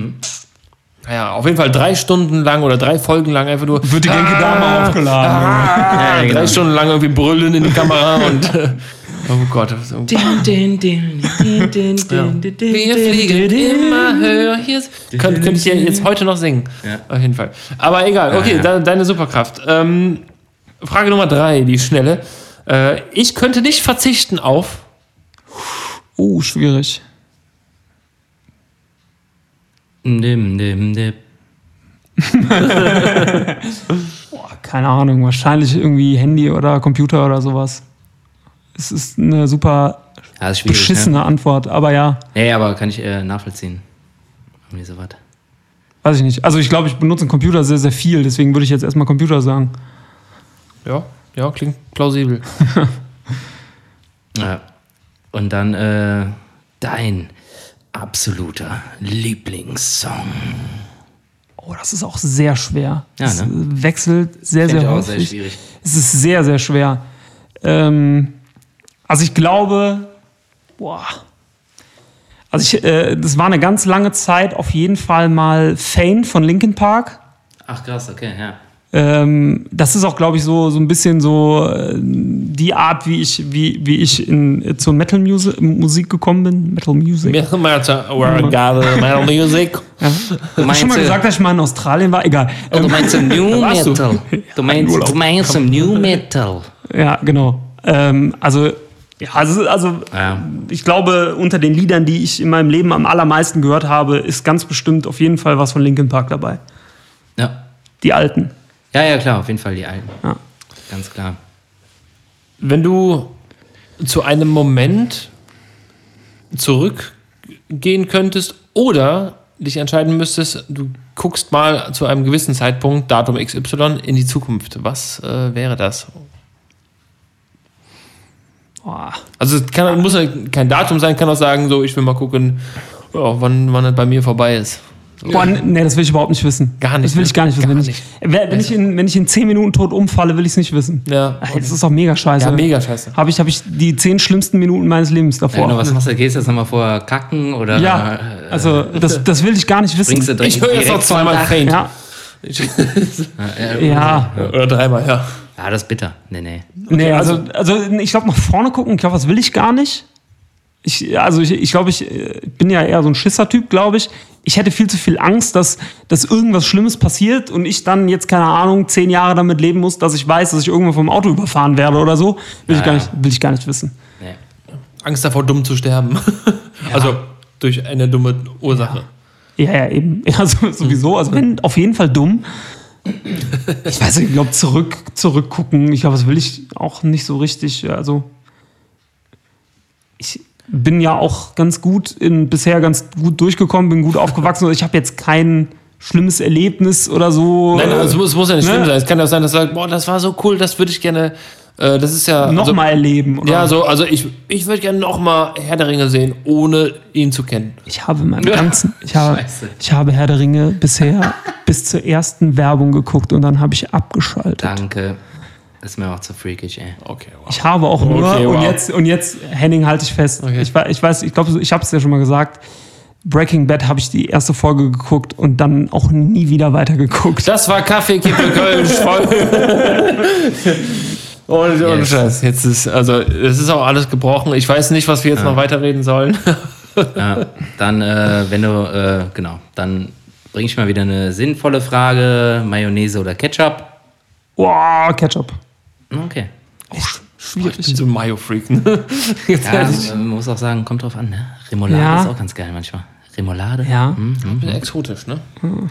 Naja, auf jeden Fall drei Stunden lang oder drei Folgen lang einfach nur. Wird die Genki Dama aufgeladen. Ah, Ja, genau. Drei Stunden lang irgendwie brüllen in die Kamera und. äh, oh Gott. Das ist irgendwie- Din, din, din, din, din, din, din, din, Wir din, fliegen din, immer höher. Hier ist. Könnt, könnte ich ja jetzt heute noch singen. Ja. Auf jeden Fall. Aber egal, okay, ja. de- deine Superkraft. Ähm, Frage Nummer drei, die schnelle. Äh, ich könnte nicht verzichten auf. Oh, schwierig. Dim, dim, dim. Boah, keine Ahnung. Wahrscheinlich irgendwie Handy oder Computer oder sowas. Es ist eine super Ja, ist schwierig. beschissene Ne? Antwort. Aber ja, Nee, aber kann ich äh, nachvollziehen. Irgendwie sowas. weiß ich nicht. Also ich glaube, ich benutze einen Computer sehr, sehr viel. Deswegen würde ich jetzt erstmal Computer sagen. Ja. Ja, klingt plausibel. Ja. Und dann äh, dein absoluter Lieblingssong. Oh, das ist auch sehr schwer. Ja, das ne? wechselt sehr, Finde sehr ich auch häufig. sehr schwierig. Es ist sehr, sehr schwer. Ähm, also ich glaube, boah. Also ich, äh, das war eine ganz lange Zeit auf jeden Fall mal Fane von Linkin Park. Ach krass, okay, ja. Ähm, das ist auch, glaube ich, so, so ein bisschen so äh, die Art, wie ich, wie, wie ich in, äh, zur Metal Music, Musik gekommen bin. Metal Music. Metal Metal Music. Ja. Du Hast du schon mal gesagt, dass ich mal in Australien war? Egal. Oh, du meinst im New warst du? Metal. Du meinst, du meinst im New Metal. Ja, genau. Ähm, also, ja, also, also Ja. ich glaube, unter den Liedern, die ich in meinem Leben am allermeisten gehört habe, ist ganz bestimmt auf jeden Fall was von Linkin Park dabei. Ja. Die alten. Ja, ja, klar, auf jeden Fall die alten. Ja. Ganz klar. Wenn du zu einem Moment zurückgehen könntest oder dich entscheiden müsstest, du guckst mal zu einem gewissen Zeitpunkt, Datum X Y, in die Zukunft. Was äh, wäre das? Boah. Also es kann, muss ja kein Datum sein, kann auch sagen, so ich will mal gucken, ja, wann, wann es bei mir vorbei ist. Boah, nee, das will ich überhaupt nicht wissen. Gar nicht, Das will ich gar nicht wissen. gar wenn, nicht. Ich, wenn, wenn, ich in, wenn ich in zehn Minuten tot umfalle, will ich es nicht wissen. Ja. Ey, das ist auch mega scheiße. Ja, mega scheiße. Habe ich, hab ich die zehn schlimmsten Minuten meines Lebens Ja, davor. genau, was machst du? Gehst du jetzt nochmal vorher kacken oder Ja, äh, also das, das will ich gar nicht wissen. bringst du direkt Ich höre jetzt noch direkt vom zweimal Dach? Faint. Ja, Ja, ja. Oder dreimal, ja. ja, das ist bitter. Nee, nee. Nee, also, also ich glaube, nach vorne gucken, ich glaube, das will ich gar nicht. Ich, also ich, ich glaube, ich äh, bin ja eher so ein Schisser-Typ, glaube ich. Ich hätte viel zu viel Angst, dass, dass irgendwas Schlimmes passiert und ich dann jetzt, keine Ahnung, zehn Jahre damit leben muss, dass ich weiß, dass ich irgendwann vom Auto überfahren werde oder so. Will, Ja, ich, gar ja. nicht, will ich gar nicht wissen. nee. Angst davor, dumm zu sterben. Also durch eine dumme Ursache. Ja, ja, eben. Ja, so, sowieso. Also wenn, auf jeden Fall dumm. Ich weiß nicht, ich glaube, zurück, zurückgucken. Ich glaube, das will ich auch nicht so richtig. Also ich bin ja auch ganz gut in, bisher ganz gut durchgekommen, bin gut aufgewachsen. Also ich habe jetzt kein schlimmes Erlebnis oder so. Nein, also es muss, es muss ja nicht Ne? schlimm sein. Es kann ja sein, dass du sagst, boah, das war so cool, das würde ich gerne, äh, das ist ja... noch also, mal erleben. Oder? Ja, so, also ich, ich würde gerne noch mal Herr der Ringe sehen, ohne ihn zu kennen. Ich habe meinen ganzen, ich habe, Scheiße. ich habe Herr der Ringe bisher bis zur ersten Werbung geguckt und dann habe ich abgeschaltet. Danke. Ist mir auch zu freakig, ey. Okay, wow. Ich habe auch nur, Okay, wow. und, jetzt, und jetzt, Henning, halte ich fest. Okay. Ich, wei- ich weiß, ich glaube, ich habe es ja schon mal gesagt. Breaking Bad habe ich die erste Folge geguckt und dann auch nie wieder weitergeguckt. Das war Kaffee, Kippe, Kölsch, voll. Ohne, ohne Yes. Scheiß. Jetzt ist, also, es ist auch alles gebrochen. Ich weiß nicht, was wir jetzt noch weiterreden sollen. Ja, dann, äh, wenn du, äh, genau, dann bring ich mal wieder eine sinnvolle Frage. Mayonnaise oder Ketchup? Boah, Ketchup. Okay. Schwierig. Ich bin so ein Mayo-Freak. Ne? Ganz Ja, ehrlich. man muss auch sagen, kommt drauf an, ne? Remoulade Ja. ist auch ganz geil manchmal. Remoulade? Ja. Hm, hm. Ich bin exotisch, ne?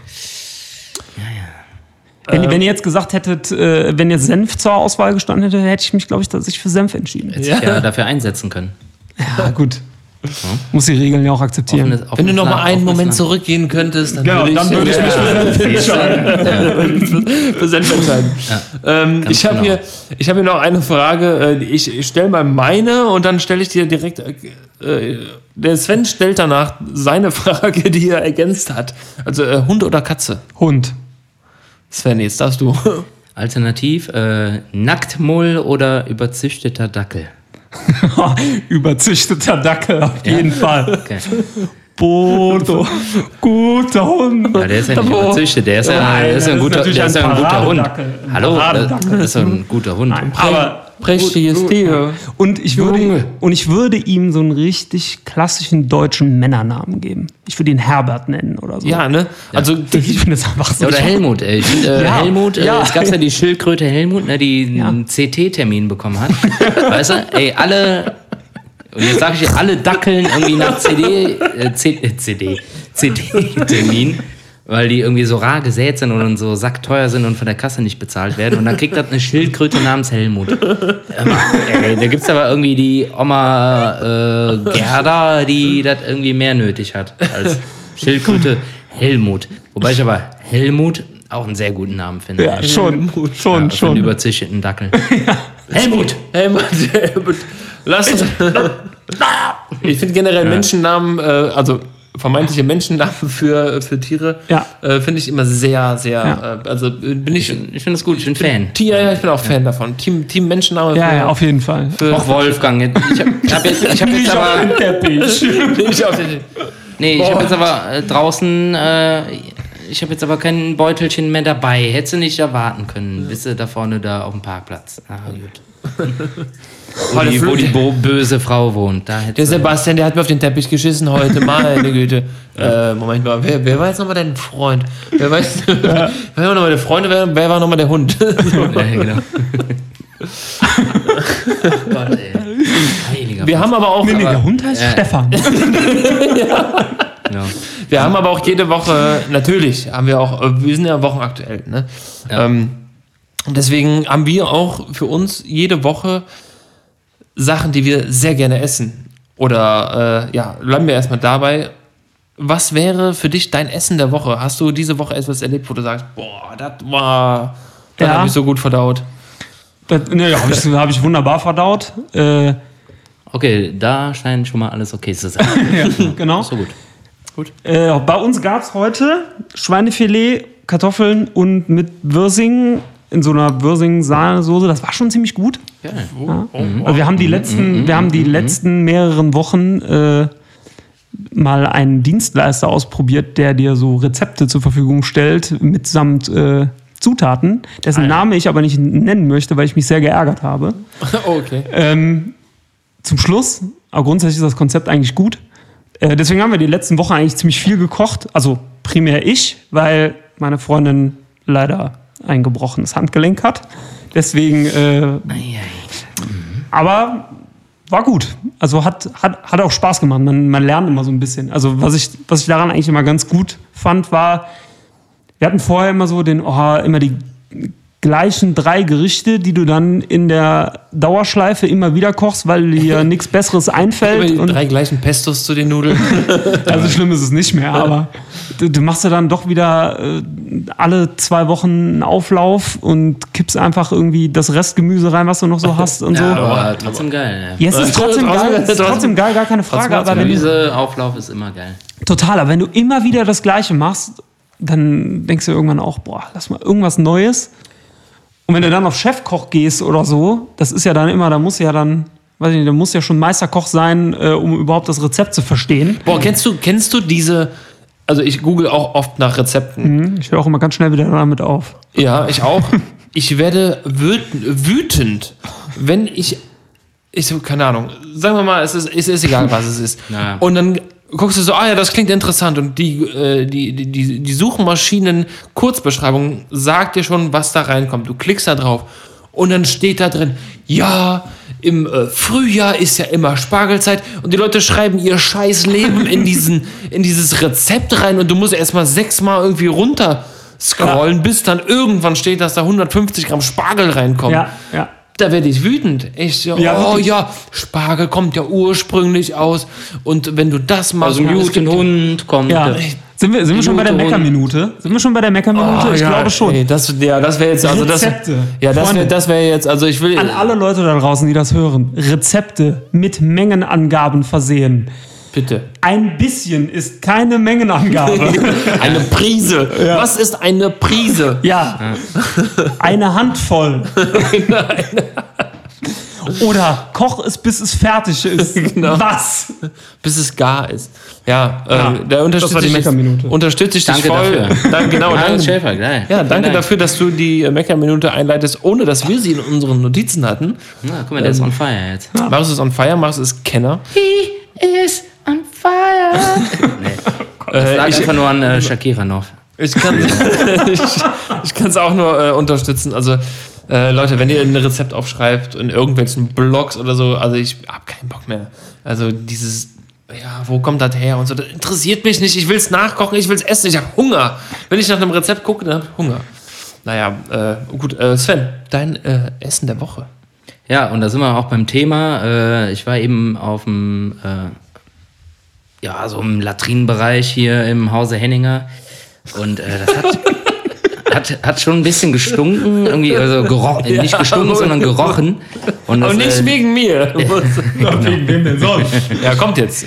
Wenn, wenn ihr jetzt gesagt hättet, äh, wenn jetzt Senf zur Auswahl gestanden hätte, hätte ich mich, glaube ich, tatsächlich für Senf entschieden. Hätte sich ja dafür einsetzen können. Ja, gut. Muss die Regeln ja auch akzeptieren. Offenes- Wenn du offenes noch mal Land, einen offenes Moment Land. zurückgehen könntest, dann Genau, würde ich, dann würde ich mich für Senf entscheiden. für Senf entscheiden. Ähm, Ganz ich habe genau. hier, ich hab hier noch eine Frage. Äh, Ich, ich stelle mal meine und dann stelle ich dir direkt. Äh, der Sven stellt danach seine Frage, die er ergänzt hat. Also äh, Hund oder Katze? Hund. Sven, jetzt darfst du. Alternativ, äh, Nacktmull oder überzüchteter Dackel? Überzüchteter Dackel, auf jeden Fall. Okay. Bodo, guter Hund. Ja, der ist ja nicht Boah. überzüchtet, der ist ja, Nein, der ist ja ein das ist guter, natürlich der ist ja ein ein guter Hund. Paradedackel. Ein Hallo, Paradedackel. das ist ja ein guter Hund. Nein, aber Prächtiges Tier. und ich würde und ich würde ihm so einen richtig klassischen deutschen Männernamen geben. Ich würde ihn Herbert nennen oder so. Ja, ne? Also, Ich finde das einfach so. Ja, oder Helmut. Ey. Ich find, äh, Ja, Helmut, äh, ja. es gab ja die Schildkröte Helmut, ne, die Ja. einen C T-Termin bekommen hat. Weißt du? Ey, alle, und jetzt sage ich dir, alle dackeln irgendwie nach C D, äh, C, äh, C D, C T-Termin, weil die irgendwie so rar gesät sind und so sackteuer sind und von der Kasse nicht bezahlt werden. Und dann kriegt das eine Schildkröte namens Helmut. Ähm, ey, da gibt es aber irgendwie die Oma äh, Gerda, die das irgendwie mehr nötig hat als Schildkröte Helmut. Wobei ich aber Helmut Auch einen sehr guten Namen, finde Ja, ich. schon, schon, Ja, für einen schon. überzüchteten Dackel. Helmut! Helmut, Helmut. Lass uns. Ich finde generell Ja. Menschennamen, äh, also vermeintliche Menschennamen für, für Tiere, Ja. äh, finde ich immer sehr, sehr. Ja. Äh, also äh, bin ich. Ich finde es gut, ich bin Fan. Team, ja, ja, ich bin auch Fan davon. Team, Team Menschenname Ja, für, ja, auf jeden Fall. für Auch Wolfgang. Ich habe hab jetzt, ich hab jetzt aber, ich auf den, nee, ich hab jetzt aber äh, draußen, äh, ich habe jetzt aber kein Beutelchen mehr dabei. Hättest du nicht erwarten können. Bist du da vorne da auf dem Parkplatz. Ah, gut. Wo die, wo die bo- böse Frau wohnt. Da Der hättest du- Sebastian, der hat mir auf den Teppich geschissen heute, meine Güte. Äh, Moment mal, wer, wer war jetzt nochmal dein Freund? Wer, weiß, wer war nochmal der Freund, wer, wer war nochmal der Hund? Ja, genau. Gott, ey. Heiliger Wir haben aber auch, Nee, nee, der aber, Hund heißt Ja. Stefan. Genau. wir haben aber auch jede Woche, natürlich, haben wir auch, wir sind ja wochenaktuell, ne? Ja. Ähm, und deswegen haben wir auch für uns jede Woche Sachen, die wir sehr gerne essen. Oder, äh, ja, bleiben wir erstmal dabei. Was wäre für dich dein Essen der Woche? Hast du diese Woche etwas erlebt, wo du sagst, boah, das war, das Ja. habe ich so gut verdaut? Das, ne, habe ich, hab ich wunderbar verdaut. Äh, Okay, da scheint schon mal alles okay zu sein. ja, genau. So gut. Äh, bei uns gab es heute Schweinefilet, Kartoffeln und mit Würsing in so einer Würsing-Sahnesoße. Das war schon ziemlich gut. Geil. Also wir haben die letzten, wir haben die letzten mehreren Wochen äh, mal einen Dienstleister ausprobiert, der dir so Rezepte zur Verfügung stellt mitsamt äh, Zutaten, dessen Name ich aber nicht nennen möchte, weil ich mich sehr geärgert habe. Oh, okay. Ähm, zum Schluss, aber grundsätzlich ist das Konzept eigentlich gut. Äh, deswegen haben wir die letzten Wochen eigentlich ziemlich viel gekocht. Also primär ich, weil meine Freundin leider ein gebrochenes Handgelenk hat. Deswegen, äh, Ei, ei. aber war gut. Also hat, hat, hat auch Spaß gemacht. Man, man lernt immer so ein bisschen. Also was ich, was ich daran eigentlich immer ganz gut fand, war, wir hatten vorher immer so den, oh, immer die gleichen drei Gerichte, die du dann in der Dauerschleife immer wieder kochst, weil dir nichts Besseres Immer einfällt. die Und drei gleichen Pestos zu den Nudeln. also schlimm ist es nicht mehr, aber du, du machst ja dann doch wieder äh, alle zwei Wochen einen Auflauf und kippst einfach irgendwie das Restgemüse rein, was du noch so hast und so. Ja, aber trotzdem geil. Ja. Ja, es ist trotzdem geil, es ist trotzdem geil, gar keine Frage. Aber wenn du, Gemüseauflauf ist immer geil. total, aber wenn du immer wieder das Gleiche machst, dann denkst du irgendwann auch, boah, lass mal irgendwas Neues. Und wenn du dann auf Chefkoch gehst oder so, das ist ja dann immer, da muss ja dann, weiß ich nicht, da muss ja schon Meisterkoch sein, äh, um überhaupt das Rezept zu verstehen. Boah, kennst du, kennst du diese, also ich google auch oft nach Rezepten. Ich höre auch immer ganz schnell wieder damit auf. Ja, ich auch. Ich werde wütend, wütend wenn ich, ich so, keine Ahnung, sagen wir mal, es ist, es ist egal, was es ist. Ja. Und dann guckst du so, ah ja, das klingt interessant. Und die, äh, die, die, die, die Suchmaschinen-Kurzbeschreibung sagt dir schon, was da reinkommt. Du klickst da drauf und dann steht da drin, ja, im äh, Frühjahr ist ja immer Spargelzeit und die Leute schreiben ihr scheiß Leben in, diesen, in dieses Rezept rein und du musst erstmal sechsmal irgendwie runter scrollen, Ja. bis dann irgendwann steht, dass da hundertfünfzig Gramm Spargel reinkommen. Ja, ja. Da werde ich wütend. Ich so, Ja, oh wirklich. ja, Spargel kommt ja ursprünglich aus. Und wenn du das machst, Aus dem ja, es guten gibt- Hund kommt. Ja. äh, Sind wir, sind wir schon bei der Minute und- Meckerminute? Sind wir schon bei der Meckerminute? Oh, ich ja, glaube schon. Ey, das, ja, das wäre jetzt, also das, Rezepte. ja, das Freunde. wäre, das wäre jetzt, also ich will, An alle Leute da draußen, die das hören, Rezepte mit Mengenangaben versehen. bitte. Ein bisschen ist keine Mengenangabe. Eine Prise. Was ist eine Prise? Ja, eine Handvoll. Oder koch es, bis es fertig ist. Genau. Was? Bis es gar ist. Ja, Ja, ähm, da das war die unterstütze ich, Meckerminute. unterstütze ich dich Danke voll. dafür. Dann, genau, Alles danke, Schäfer, geil. ja, danke Vielen Dank. dafür, dass du die äh, Meckerminute einleitest, ohne dass wir sie in unseren Notizen hatten. Na, guck mal, der ist on fire jetzt. Machst du es on fire, machst du es Kenner. He is on fire. Nee. Das lag Äh, ich einfach nur an äh, Shakira noch. ich kann ich, ich kann es auch nur äh, unterstützen. Also, äh, Leute, wenn ihr ein Rezept aufschreibt in irgendwelchen Blogs oder so, also ich hab keinen Bock mehr. Also dieses, ja, wo kommt das her und so, das interessiert mich nicht. Ich will es nachkochen, ich will es essen, ich habe Hunger. Wenn ich nach einem Rezept gucke, dann habe ich Hunger. Naja, äh, gut, äh, Sven, dein äh, Essen der Woche. Ja, und da sind wir auch beim Thema. Äh, ich war eben auf dem, äh, ja, so im Latrinenbereich hier im Hause Henninger. Und äh, das hat, hat, hat schon ein bisschen gestunken, irgendwie, also gerochen, ja, nicht gestunken, sondern gerochen. Und das, nicht äh, wegen mir. Genau. Wegen wem denn sonst? Ja, kommt jetzt.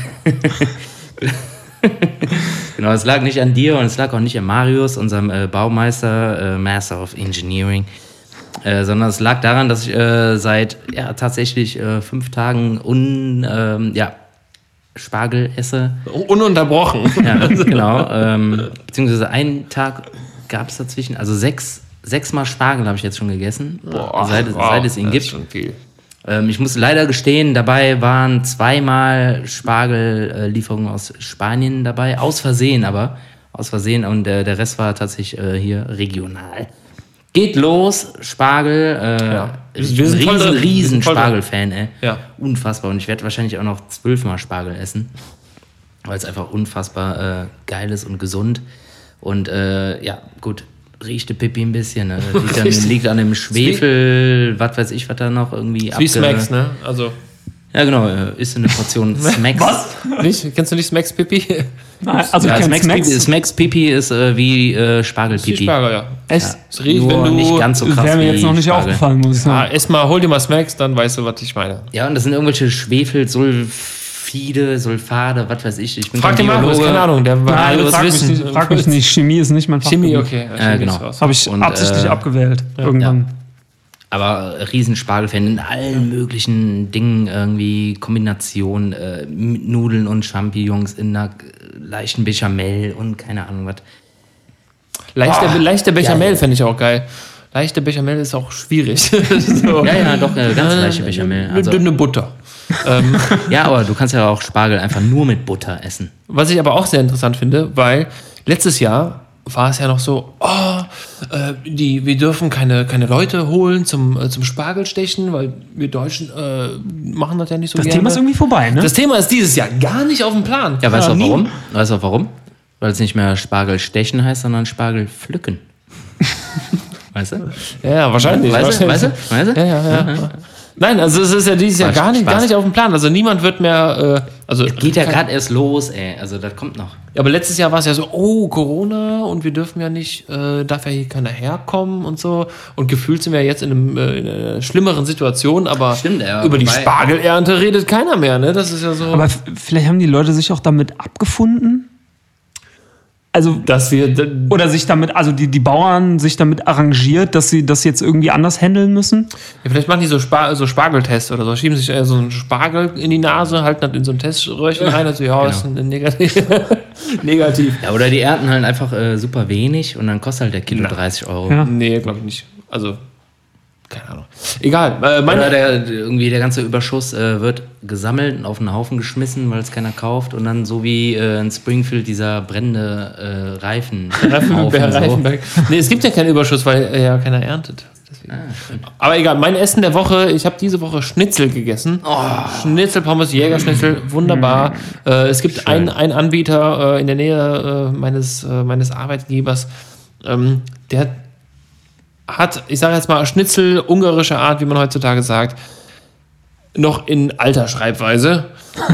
Genau, es lag nicht an dir und es lag auch nicht an Marius, unserem äh, Baumeister, äh, Master of Engineering, äh, sondern es lag daran, dass ich äh, seit ja, tatsächlich äh, fünf Tagen un, ähm, ja, Spargel esse. Ununterbrochen. Ja, genau. Ähm, beziehungsweise einen Tag gab es dazwischen, also sechs, sechsmal Spargel habe ich jetzt schon gegessen, Boah, seit, wow, seit es ihn das gibt. ist schon viel. Ähm, ich muss leider gestehen, dabei waren zweimal Spargellieferungen aus Spanien dabei, aus Versehen aber, aus Versehen und äh, der Rest war tatsächlich äh, hier regional. Geht los, Spargel, äh, Ja. ich Wir bin sind ein voll riesen, drin. Wir riesen sind voll drin. Spargel-Fan, ey. Ja. Unfassbar und ich werde wahrscheinlich auch noch zwölfmal Spargel essen, weil es einfach unfassbar äh, geil ist und gesund und äh, ja, gut. Riecht der Pipi ein bisschen, ne? liegt, an, liegt an dem Schwefel, was weiß ich, was da noch irgendwie Wie Smacks, ne? Also. Ja, genau, ist eine Portion Smacks. Was? Nicht? Kennst du nicht Smacks Pipi? Nein, also Ja, ich kenn Smacks, Smacks. Pipi, Smacks Pipi ist äh, wie äh, Spargelpipi. Die Spargel, ja. Echt? Ja. Es riecht, Nur wenn du. nicht ganz so krass Wäre mir jetzt wie noch nicht Spargel. aufgefallen, muss ich Ah, sagen. ess mal, hol dir mal Smacks, dann weißt du, was ich meine. Ja, und das sind irgendwelche Schwefelsulfide, Sulfade, was weiß ich. Ich bin Frag kein den Markus, Biologe. keine Ahnung, der war Nein, alles frag mich, wissen. nicht, frag mich nicht. Chemie ist nicht mein Fachgebiet. Chemie, okay. Ja, genau. Habe ich Und, absichtlich äh, abgewählt. Irgendwann. Aber riesen Spargelfan in allen möglichen Dingen, irgendwie Kombination, äh, mit Nudeln und Champignons in einer leichten Bechamel und keine Ahnung was. Leichte, Oh, leichte Bechamel geil. fände ich auch geil. Leichte Bechamel ist auch schwierig. so. Ja, ja, doch, äh, ganz leichte Bechamel. Eine Also, dünne Butter. ähm, ja, aber du kannst ja auch Spargel einfach nur mit Butter essen. was ich aber auch sehr interessant finde, weil letztes Jahr war es ja noch so, oh, äh, die, wir dürfen keine, keine Leute holen zum, äh, zum Spargelstechen, weil wir Deutschen äh, machen das ja nicht so Das gerne. Thema ist irgendwie vorbei, ne? Das Thema ist dieses Jahr gar nicht auf dem Plan. Ja, weißt du auch nie. warum? Weißt du auch warum? Weil es nicht mehr Spargel stechen heißt, sondern Spargel pflücken. Weißt du? Ja, wahrscheinlich. Weißt du? wahrscheinlich. Weißt du? Weißt du? Ja, ja, ja. Nein, also es ist ja dieses Jahr Spaß, gar nicht, gar Spaß. nicht auf dem Plan. Also niemand wird mehr. Äh, also Geht ja gerade erst los, ey. Also das kommt noch. aber letztes Jahr war es ja so, oh, Corona und wir dürfen ja nicht, äh, darf ja hier keiner herkommen und so. Und gefühlt sind wir jetzt in, einem, äh, in einer schlimmeren Situation, aber Stimmt, ja, über die wobei- Spargelernte redet keiner mehr, ne? Das ist ja so. Aber f- vielleicht haben die Leute sich auch damit abgefunden. Also, dass wir. oder sich damit, also die, die Bauern sich damit arrangiert, dass sie das jetzt irgendwie anders handeln müssen. Ja, vielleicht machen die so, Spar so Spargeltests oder so, schieben sich äh, so einen Spargel in die Nase, halten das in so ein Teströhrchen rein und so, ja, ist ein negativ. negativ. Ja, oder die ernten halt einfach äh, super wenig und dann kostet halt der Kilo dreißig Euro. Ja. Nee, glaube ich nicht. Also, keine Ahnung. Egal. Äh, meine, Oder der, irgendwie der ganze Überschuss äh, wird gesammelt und auf einen Haufen geschmissen, weil es keiner kauft. Und dann so wie äh, in Springfield dieser brennende äh, Reifen. Reifenberg, Reifenberg. Nee, es gibt ja keinen Überschuss, weil äh, ja keiner erntet. Deswegen. Aber egal, mein Essen der Woche, ich habe diese Woche Schnitzel gegessen. Schnitzel, Pommes, Jägerschnitzel, wunderbar. Äh, es gibt einen, einen Anbieter äh, in der Nähe äh, meines, äh, meines Arbeitgebers, ähm, der hat, ich sage jetzt mal, Schnitzel ungarischer Art, wie man heutzutage sagt, noch in alter Schreibweise.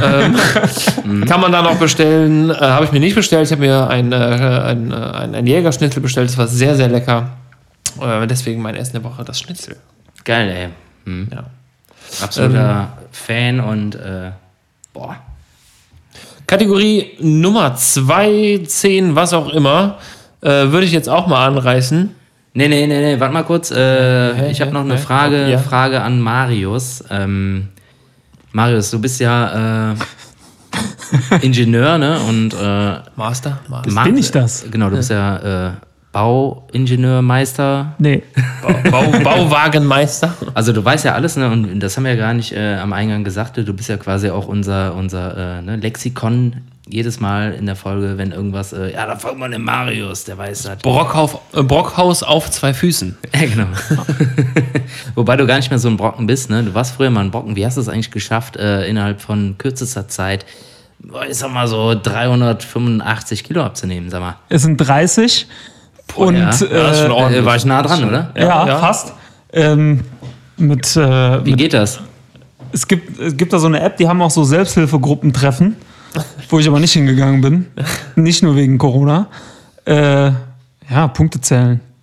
ähm, kann man da noch bestellen. Äh, habe ich mir nicht bestellt. Ich habe mir ein, äh, ein, äh, ein, ein Jägerschnitzel bestellt. Das war sehr, sehr lecker. Äh, deswegen mein Essen der Woche, das Schnitzel. Geil, ey. Hm. Ja. Absoluter Fan und äh, boah. Kategorie Nummer zwei, zehn, was auch immer, äh, würde ich jetzt auch mal anreißen. Nee, nee, nee, nee, warte mal kurz. Äh, Hä, ich habe hä, noch eine hä? Frage, Ja. Frage an Marius. Ähm, Marius, du bist ja äh, Ingenieur, ne? Und äh, Master? Master. Ma- bin ich das? Genau, du bist ja äh, Bauingenieurmeister. Nee. Bau, Bau, Bauwagenmeister. Also du weißt ja alles, ne? Und das haben wir ja gar nicht äh, am Eingang gesagt. Du bist ja quasi auch unser, unser äh, ne? Lexikon. Jedes Mal in der Folge, wenn irgendwas, äh, ja, da folgt man dem Marius, der weiß das. Brockhaus, äh, Brockhaus auf zwei Füßen. Ja, genau. Wobei du gar nicht mehr so ein Brocken bist, ne? Du warst früher mal ein Brocken. Wie hast du es eigentlich geschafft, äh, innerhalb von kürzester Zeit, boah, ich sag mal so dreihundertfünfundachtzig Kilo abzunehmen, sag mal. Es sind dreißig. Und ja. Ja, ist schon äh, ordentlich. Äh, war ich nah dran, oder? ja, ja. fast. Ähm, mit, äh, Wie mit, geht das? es, gibt, es gibt da so eine App, die haben auch so Selbsthilfegruppentreffen, wo ich aber nicht hingegangen bin. Nicht nur wegen Corona. Äh, ja, Punkte zählen.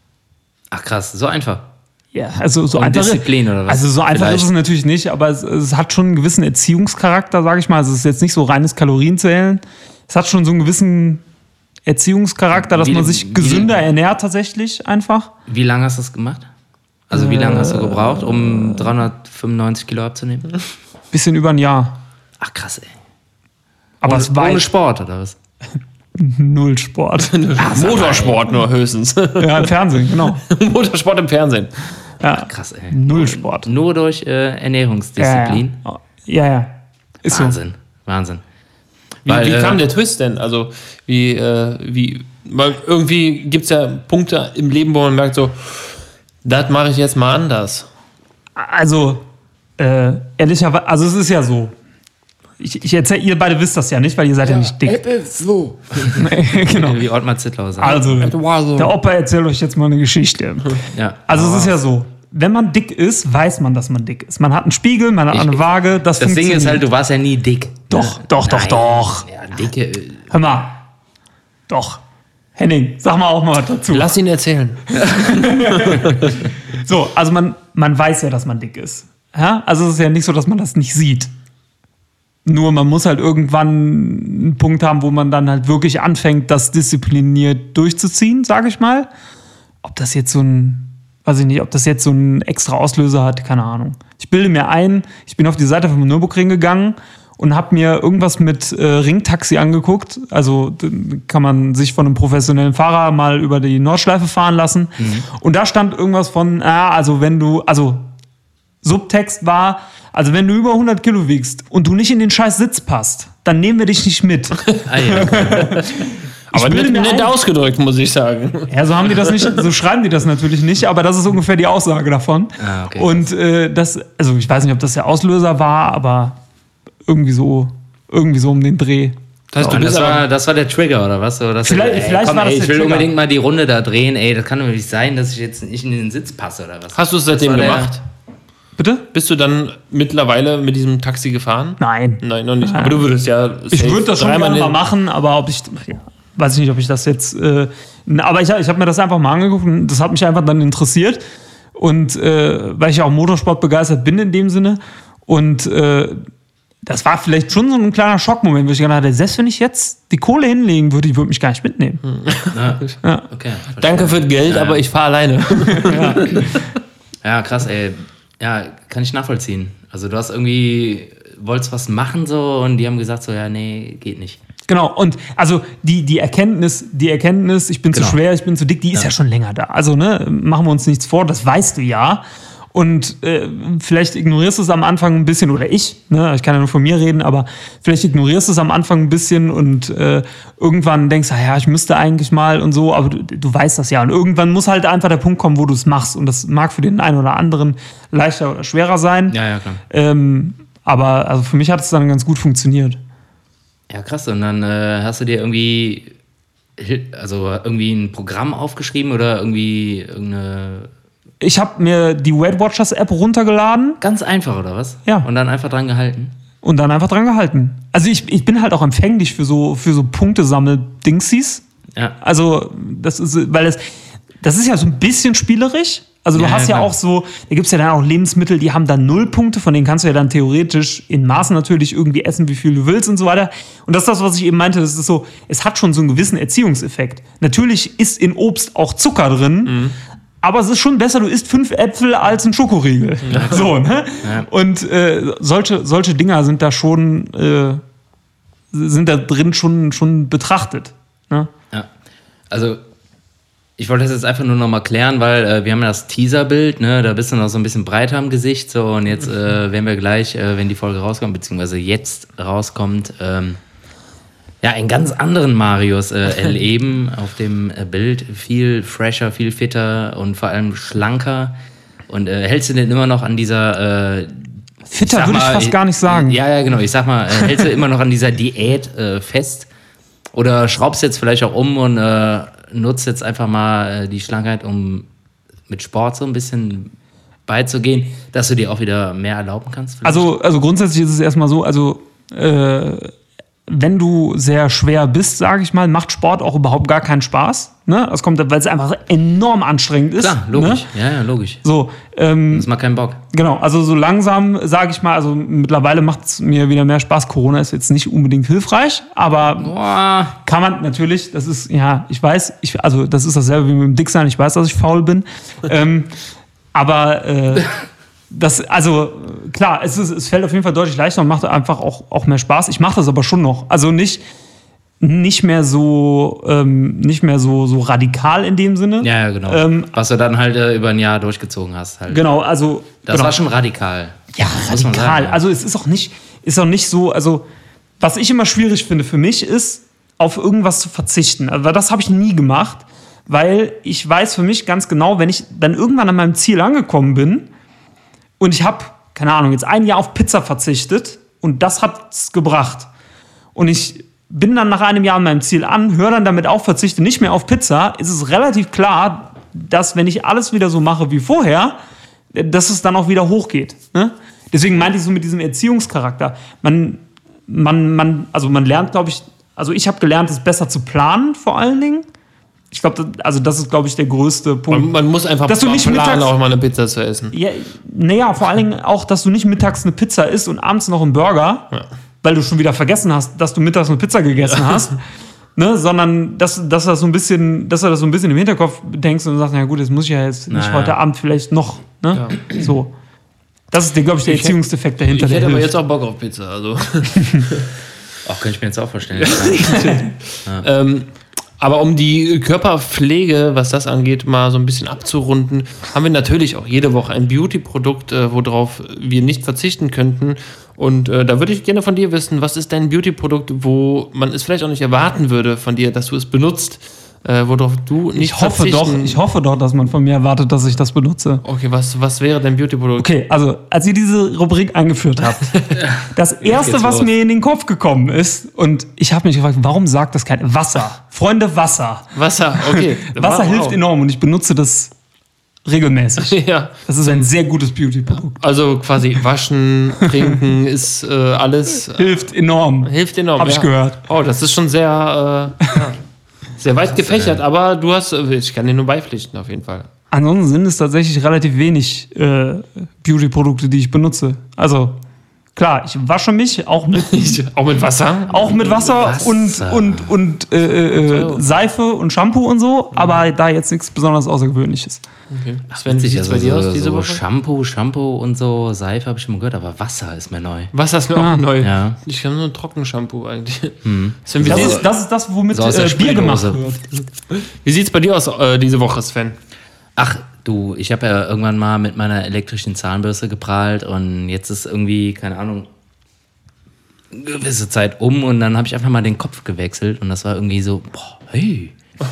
Ach krass, so einfach. Ja, also so Und einfach. Disziplin oder was? Also so einfach Vielleicht. ist es natürlich nicht, aber es, es hat schon einen gewissen Erziehungscharakter, sage ich mal. Also es ist jetzt nicht so reines Kalorienzählen. Es hat schon so einen gewissen Erziehungscharakter, dass Wie- man sich wie- gesünder ernährt tatsächlich einfach. Wie lange hast du das gemacht? Also wie lange hast du gebraucht, um dreihundertfünfundneunzig Kilo abzunehmen? Bisschen über ein Jahr. Ach krass, ey. Aber ohne, es war ohne Sport oder was? null Sport. Motorsport nur höchstens. Ja, im Fernsehen, genau. Motorsport im Fernsehen. Ja, Krass, ey. null Sport. Nur durch äh, Ernährungsdisziplin. Ja, ja. ja, ja. Ist so. Wahnsinn, Wahnsinn. Wie, Weil, wie äh, kam der Twist denn? Also, wie, äh, wie, weil irgendwie gibt es ja Punkte im Leben, wo man merkt, so, das mache ich jetzt mal anders. Also, äh, ehrlicherweise, also es ist ja so. Ich, ich erzähle, ihr beide wisst das ja nicht, weil ihr seid ja, nicht dick. So. Genau. Wie Ottmar Zittlau sagt. Also, war so. der Opa erzählt euch jetzt mal eine Geschichte. Ja. Also es ist ja so, wenn man dick ist, weiß man, dass man dick ist. Man hat einen Spiegel, man hat Ich- eine Waage, das, Das Ding funktioniert. ist halt, du warst ja nie dick. Doch, Ne? doch, doch, Nein. doch. Ja, dicke. äh, Hör mal. Doch. Henning, sag mal auch mal was dazu. Lass ihn erzählen. So, also man, man weiß ja, dass man dick ist. Ja? Also es ist ja nicht so, dass man das nicht sieht. Nur man muss halt irgendwann einen Punkt haben, wo man dann halt wirklich anfängt, das diszipliniert durchzuziehen, sage ich mal. Ob das jetzt so ein, weiß ich nicht, ob das jetzt so einen extra Auslöser hat, keine Ahnung. Ich bilde mir ein, ich bin auf die Seite vom Nürburgring gegangen und habe mir irgendwas mit äh, Ringtaxi angeguckt. Also d- kann man sich von einem professionellen Fahrer mal über die Nordschleife fahren lassen. Und da stand irgendwas von, ah, also wenn du, also Subtext war, also wenn du über hundert Kilo wiegst und du nicht in den scheiß Sitz passt, dann nehmen wir dich nicht mit. Ah, ja, okay. Aber bilde nett, mir nett ein- ausgedrückt, muss ich sagen. Ja, so haben die das nicht, so schreiben die das natürlich nicht, aber das ist ungefähr die Aussage davon. Ah, okay. Und äh, das, also ich weiß nicht, ob das der Auslöser war, aber irgendwie so, irgendwie so um den Dreh. Das heißt, du Und bist das, aber, war, das war der Trigger, oder was? Oder das Vielleicht- ey, vielleicht komm, war das ey, ich der will Trigger. unbedingt mal die Runde da drehen. Ey, das kann doch nicht sein, dass ich jetzt nicht in den Sitz passe, oder was? hast du es seitdem Das war der- gemacht? Bitte? Bist du dann mittlerweile mit diesem Taxi gefahren? Nein. Nein, noch nicht. Aber du würdest ja. Ich safe würde das schon dreimal gerne mal in- machen, aber ob ich, ja, weiß ich nicht, ob ich das jetzt, äh, aber ich, ich habe mir das einfach mal angeguckt und das hat mich einfach dann interessiert und äh, weil ich ja auch Motorsport begeistert bin in dem Sinne und äh, das war vielleicht schon so ein kleiner Schockmoment, wo ich gedacht hatte, selbst wenn ich jetzt die Kohle hinlegen würde, ich würde mich gar nicht mitnehmen. Ja. Ja. Okay. Danke für das Geld, Ja. aber ich fahre alleine. Ja, krass, ey. Ja, kann ich nachvollziehen. Also du hast irgendwie, wolltest was machen so und die haben gesagt so, ja, nee, geht nicht. Genau, und also die, die Erkenntnis, die Erkenntnis, ich bin Genau. zu schwer, ich bin zu dick, die ist ja, Ja. schon länger da. Also, ne, machen wir uns nichts vor, das weißt du ja. Und äh, vielleicht ignorierst du es am Anfang ein bisschen, oder ich, ne, ich kann ja nur von mir reden, aber vielleicht ignorierst du es am Anfang ein bisschen und äh, irgendwann denkst du, ja, ich müsste eigentlich mal und so, aber du, du weißt das ja. Und irgendwann muss halt einfach der Punkt kommen, wo du es machst. Und das mag für den einen oder anderen leichter oder schwerer sein. Ja, ja, klar. Ähm, aber also für mich hat es dann ganz gut funktioniert. Ja, krass. Und dann äh, hast du dir irgendwie, Hil- also irgendwie ein Programm aufgeschrieben oder irgendwie irgendeine, Ich habe mir die Weight Watchers App runtergeladen ganz einfach oder was? Ja. Und dann einfach dran gehalten. und dann einfach dran gehalten. Also ich, ich bin halt auch empfänglich für so, für so Punktesammel-Dingsies. Ja. Also das ist, weil das, das ist ja so ein bisschen spielerisch. Also du Ja, hast ja, ja, klar. auch so, da gibt es ja dann auch Lebensmittel, die haben dann null Punkte, von denen kannst du ja dann theoretisch in Maßen natürlich irgendwie essen, wie viel du willst und so weiter. Und das ist das, was ich eben meinte, das ist so, es hat schon so einen gewissen Erziehungseffekt. Natürlich ist in Obst auch Zucker drin, Mhm. aber es ist schon besser, du isst fünf Äpfel als ein Schokoriegel. So, ne? Ja. Und äh, solche, solche Dinger sind da schon, äh, sind da drin schon, schon betrachtet. Ne? Ja. Also, ich wollte das jetzt einfach nur noch mal klären, weil äh, wir haben ja das Teaserbild, ne? Da bist du noch so ein bisschen breiter am Gesicht. So, und jetzt äh, werden wir gleich, äh, wenn die Folge rauskommt, beziehungsweise jetzt rauskommt, ähm, ja, einen ganz anderen Marius äh, erleben auf dem äh, Bild. Viel fresher, viel fitter und vor allem schlanker. Und äh, hältst du denn immer noch an dieser äh, Fitter sag würde ich mal, fast gar nicht sagen. Ja, ja, genau. Ich sag mal, äh, hältst du immer noch an dieser Diät äh, fest? Oder schraubst jetzt vielleicht auch um und äh, nutzt jetzt einfach mal äh, die Schlankheit, um mit Sport so ein bisschen beizugehen, dass du dir auch wieder mehr erlauben kannst? vielleicht? Also, also grundsätzlich ist es erstmal so, also äh, wenn du sehr schwer bist, sage ich mal, macht Sport auch überhaupt gar keinen Spaß. Ne? Das kommt, weil es einfach enorm anstrengend ist. Klar, logisch. Ne? Ja, ja, logisch. So, ähm, Das macht keinen Bock. genau, also so langsam, sage ich mal, also mittlerweile macht es mir wieder mehr Spaß. Corona ist jetzt nicht unbedingt hilfreich, aber Boah. kann man natürlich, das ist, ja, ich weiß, ich, also das ist dasselbe wie mit dem Dicksein, ich weiß, dass ich faul bin. ähm, aber äh, das, also klar, es, ist, es fällt auf jeden Fall deutlich leichter und macht einfach auch, auch mehr Spaß. Ich mache das aber schon noch. Also nicht, nicht mehr so, ähm, nicht mehr so, so radikal in dem Sinne. Ja, ja, genau. Ähm, Was du dann halt äh, über ein Jahr durchgezogen hast. Halt. Genau, also. Das genau. war schon radikal. Ja, Muss man radikal. sagen, ja. Also es ist auch nicht, ist auch nicht so, also was ich immer schwierig finde für mich ist, auf irgendwas zu verzichten. Also das habe ich nie gemacht, weil ich weiß für mich ganz genau, wenn ich dann irgendwann an meinem Ziel angekommen bin und ich habe, keine Ahnung, jetzt ein Jahr auf Pizza verzichtet und das hat's gebracht. Und ich bin dann nach einem Jahr an meinem Ziel an, höre dann damit auf, verzichte nicht mehr auf Pizza, ist es relativ klar, dass wenn ich alles wieder so mache wie vorher, dass es dann auch wieder hochgeht. Ne? Deswegen meinte ich so mit diesem Erziehungscharakter. Man, man, man, also man lernt, glaube ich, also ich habe gelernt, es besser zu planen, vor allen Dingen. Ich glaube, also das ist, glaube ich, der größte Punkt. Man, man muss einfach Dass du nicht planen, mittags- auch mal eine Pizza zu essen. Ja, naja, vor allen Dingen auch, dass du nicht mittags eine Pizza isst und abends noch einen Burger, Ja. weil du schon wieder vergessen hast, dass du mittags eine Pizza gegessen hast. Ne, sondern dass, dass, das so ein bisschen, dass du das so ein bisschen im Hinterkopf denkst und sagst, na gut, jetzt muss ich ja jetzt nicht Naja. heute Abend vielleicht noch. Ne? So. Das ist, glaube ich, der Ich hätt- Erziehungsdefekt dahinter. Ich der hätte aber hilft. jetzt auch Bock auf Pizza. Also. Auch könnte ich mir jetzt auch vorstellen. ähm, aber um die Körperpflege, was das angeht, mal so ein bisschen abzurunden, haben wir natürlich auch jede Woche ein Beauty-Produkt, äh, worauf wir nicht verzichten könnten. Und äh, da würde ich gerne von dir wissen, was ist dein Beauty-Produkt, wo man es vielleicht auch nicht erwarten würde von dir, dass du es benutzt, äh, worauf du nicht ich hoffe doch, verzichten- ich hoffe doch, dass man von mir erwartet, dass ich das benutze. Okay, was, was wäre dein Beauty-Produkt? Okay, also als ihr diese Rubrik eingeführt habt, das erste, geht's was los. mir in den Kopf gekommen ist, und ich habe mich gefragt, warum sagt das kein Wasser? Freunde, Wasser. Wasser, okay. Wasser Wow. hilft enorm und ich benutze das regelmäßig. Ja, Das ist ein sehr gutes Beauty-Produkt. also quasi waschen, trinken ist äh, alles, äh, Hilft enorm. hilft enorm. Hab ich ja. gehört. Oh, das ist schon sehr, äh, ja, sehr weit gefächert, aber du hast, äh, ich kann dir nur beipflichten auf jeden Fall. Ansonsten sind es tatsächlich relativ wenig äh, Beauty-Produkte, die ich benutze. Also klar, ich wasche mich auch mit, Auch mit Wasser? auch mit Wasser, Wasser. und, und, und äh, äh, Seife und Shampoo und so, aber da jetzt nichts besonders Außergewöhnliches. Okay. Sven, wie sieht's also bei dir so, aus diese so Woche? Shampoo, Shampoo und so, Seife habe ich schon mal gehört, aber Wasser ist mir neu. Wasser ist mir auch neu. Ja. Ich habe nur ein Trockenshampoo eigentlich. Sven, wie, Das sieht's, ist, das ist das, womit So aus der äh, Bier gemacht Sprühdose. wird. wie sieht's bei dir aus äh, diese Woche, Sven? Ach, du, ich habe ja irgendwann mal mit meiner elektrischen Zahnbürste geprahlt und jetzt ist irgendwie, keine Ahnung, eine gewisse Zeit um und dann habe ich einfach mal den Kopf gewechselt und das war irgendwie so, boah, hey.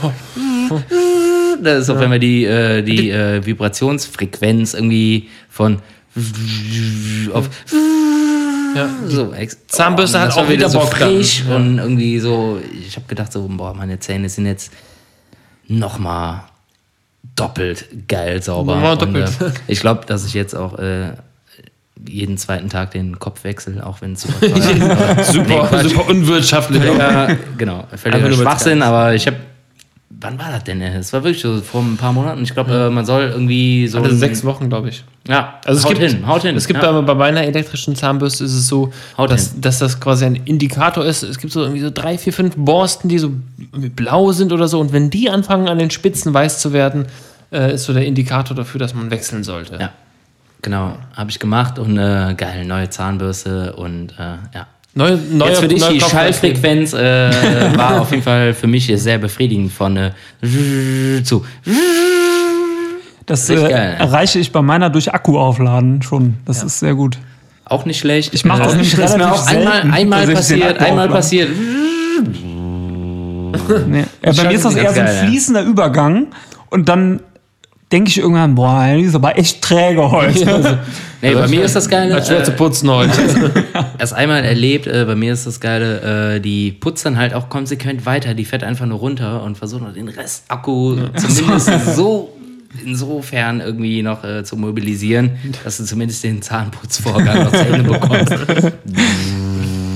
Das ist auch, wenn wir die, äh, die äh, Vibrationsfrequenz irgendwie von auf Ja. so ex- Zahnbürste hat das war auch wieder so Bock dann. frisch Ja. und irgendwie so, ich habe gedacht so, boah, meine Zähne sind jetzt noch mal doppelt geil sauber. Nochmal Und, doppelt. äh, ich glaube, dass ich jetzt auch äh, jeden zweiten Tag den Kopf wechsle, auch wenn es super teuer ist. Aber- Super, Nee, Quatsch. super unwirtschaftlich. Ja, genau, völliger Einfach nur Schwachsinn, bezahlt. aber ich habe, wann war das denn? Es war wirklich so vor ein paar Monaten. Ich glaube, äh, man soll irgendwie so Alle ein- sechs Wochen, glaube ich. Ja, Also es haut gibt, hin, haut hin. Es gibt ja. aber bei meiner elektrischen Zahnbürste ist es so, Haut dass, hin. dass das quasi ein Indikator ist. Es gibt so irgendwie so drei, vier, fünf Borsten, die so blau sind oder so. Und wenn die anfangen, an den Spitzen weiß zu werden, äh, ist so der Indikator dafür, dass man wechseln sollte. Ja, genau, habe ich gemacht und äh, geil, neue Zahnbürste und äh, ja. Neue, neue, Jetzt für dich neue die Kopf- Schallfrequenz äh, war auf jeden Fall für mich sehr befriedigend von äh, zu. Das Richtig äh, geil, ne? erreiche ich bei meiner durch Akku aufladen schon. Das ist sehr gut. Auch nicht schlecht. Ich mach das Äh, nämlich ist mir relativ auch einmal, selten, einmal dass ich den passiert, Akku einmal auflade. passiert. Nee. Ja, bei mir ist das ganz eher so ein geil, ja. fließender Übergang und dann denke ich irgendwann, boah, die ist aber echt träge heute. Nee, bei mir ist das Geile. Hat schwer zu Äh, putzen heute. erst einmal erlebt, äh, bei mir ist das Geile, äh, die putzt dann halt auch konsequent weiter, die fährt einfach nur runter und versucht noch den Rest Akku zumindest so insofern irgendwie noch äh, zu mobilisieren, dass du zumindest den Zahnputzvorgang noch zu Ende bekommst.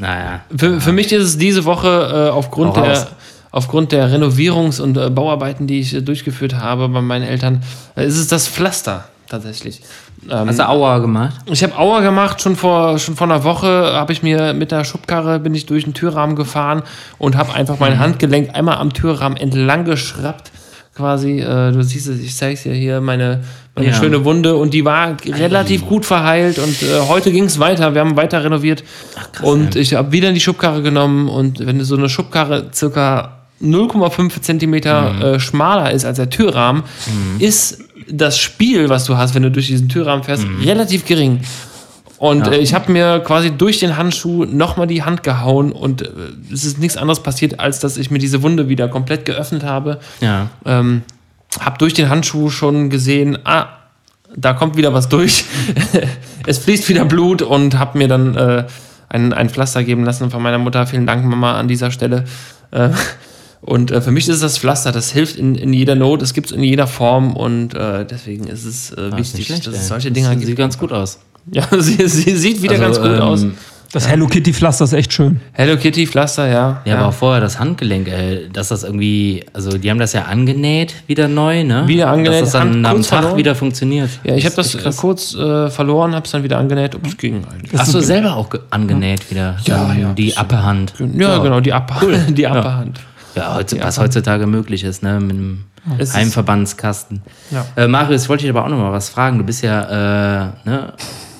Naja. Für, für mich ist es diese Woche äh, aufgrund, Hau raus. der, aufgrund der Renovierungs- und äh, Bauarbeiten, die ich äh, durchgeführt habe bei meinen Eltern, äh, ist es das Pflaster tatsächlich. Ähm, Hast du Aua gemacht? Ich habe Aua gemacht, schon vor, schon vor einer Woche habe ich mir mit der Schubkarre, bin ich durch den Türrahmen gefahren und habe einfach mein Handgelenk einmal am Türrahmen entlang geschraubt. Quasi, äh, du siehst es, ich zeige es dir hier, meine, meine Ja. schöne Wunde und die war relativ gut verheilt und äh, heute ging es weiter, wir haben weiter renoviert. Ach, krass, und ey. ich habe wieder in die Schubkarre genommen und wenn so eine Schubkarre circa null Komma fünf Zentimeter Mhm. äh, schmaler ist als der Türrahmen, ist das Spiel, was du hast, wenn du durch diesen Türrahmen fährst, relativ gering. Und Ja. äh, ich habe mir quasi durch den Handschuh nochmal die Hand gehauen und äh, es ist nichts anderes passiert, als dass ich mir diese Wunde wieder komplett geöffnet habe. Ja. Ähm, habe durch den Handschuh schon gesehen, ah, da kommt wieder was durch. Es fließt wieder Blut und habe mir dann äh, ein, ein Pflaster geben lassen von meiner Mutter. Vielen Dank, Mama, an dieser Stelle. Äh, und äh, für mich ist das Pflaster, das hilft in, in jeder Not, es gibt es in jeder Form und äh, deswegen ist es äh, Ah, ist wichtig, nicht schlecht, dass ey. es solche Das Dinger sieht gibt. ganz gut aus. Ja, sie, sie sieht wieder Also, ganz gut ähm, aus. Das Hello Kitty Pflaster ist echt schön. Hello Kitty Pflaster, ja. Ja, aber auch vorher das Handgelenk, ey, dass das irgendwie, also die haben das ja angenäht, wieder neu, ne? Wieder angenäht, dass das dann Hand am kurz Tag verloren. wieder funktioniert. Ja, ich habe das ist echt äh, kurz äh, verloren, habe es dann wieder angenäht. Ups, ging eigentlich. Hast du selber auch ge- angenäht wieder? Ja, Dann ja, Die bisschen. Upperhand. Ja, genau, die Upper, die Upperhand. Ja, heutz, was heutzutage möglich ist, ne? Mit dem Es ist- Heimverbandskasten. Ja. Äh, Marius, ich wollte dich aber auch noch mal was fragen. Du bist ja äh, ne?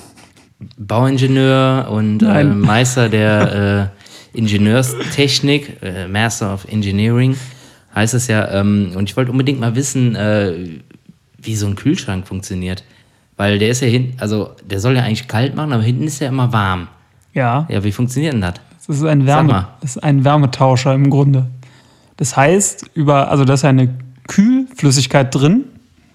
Bauingenieur und äh, Nein. Meister der äh, Ingenieurstechnik, äh, Master of Engineering heißt es ja. Ähm, und ich wollte unbedingt mal wissen, äh, wie so ein Kühlschrank funktioniert. Weil der ist ja hinten, also der soll ja eigentlich kalt machen, aber hinten ist ja immer warm. Ja, Ja, wie funktioniert denn das? das ist ein, Sag Wärme, mal. das ist ein Wärmetauscher im Grunde. Das heißt, über, also da ist eine Kühlflüssigkeit drin.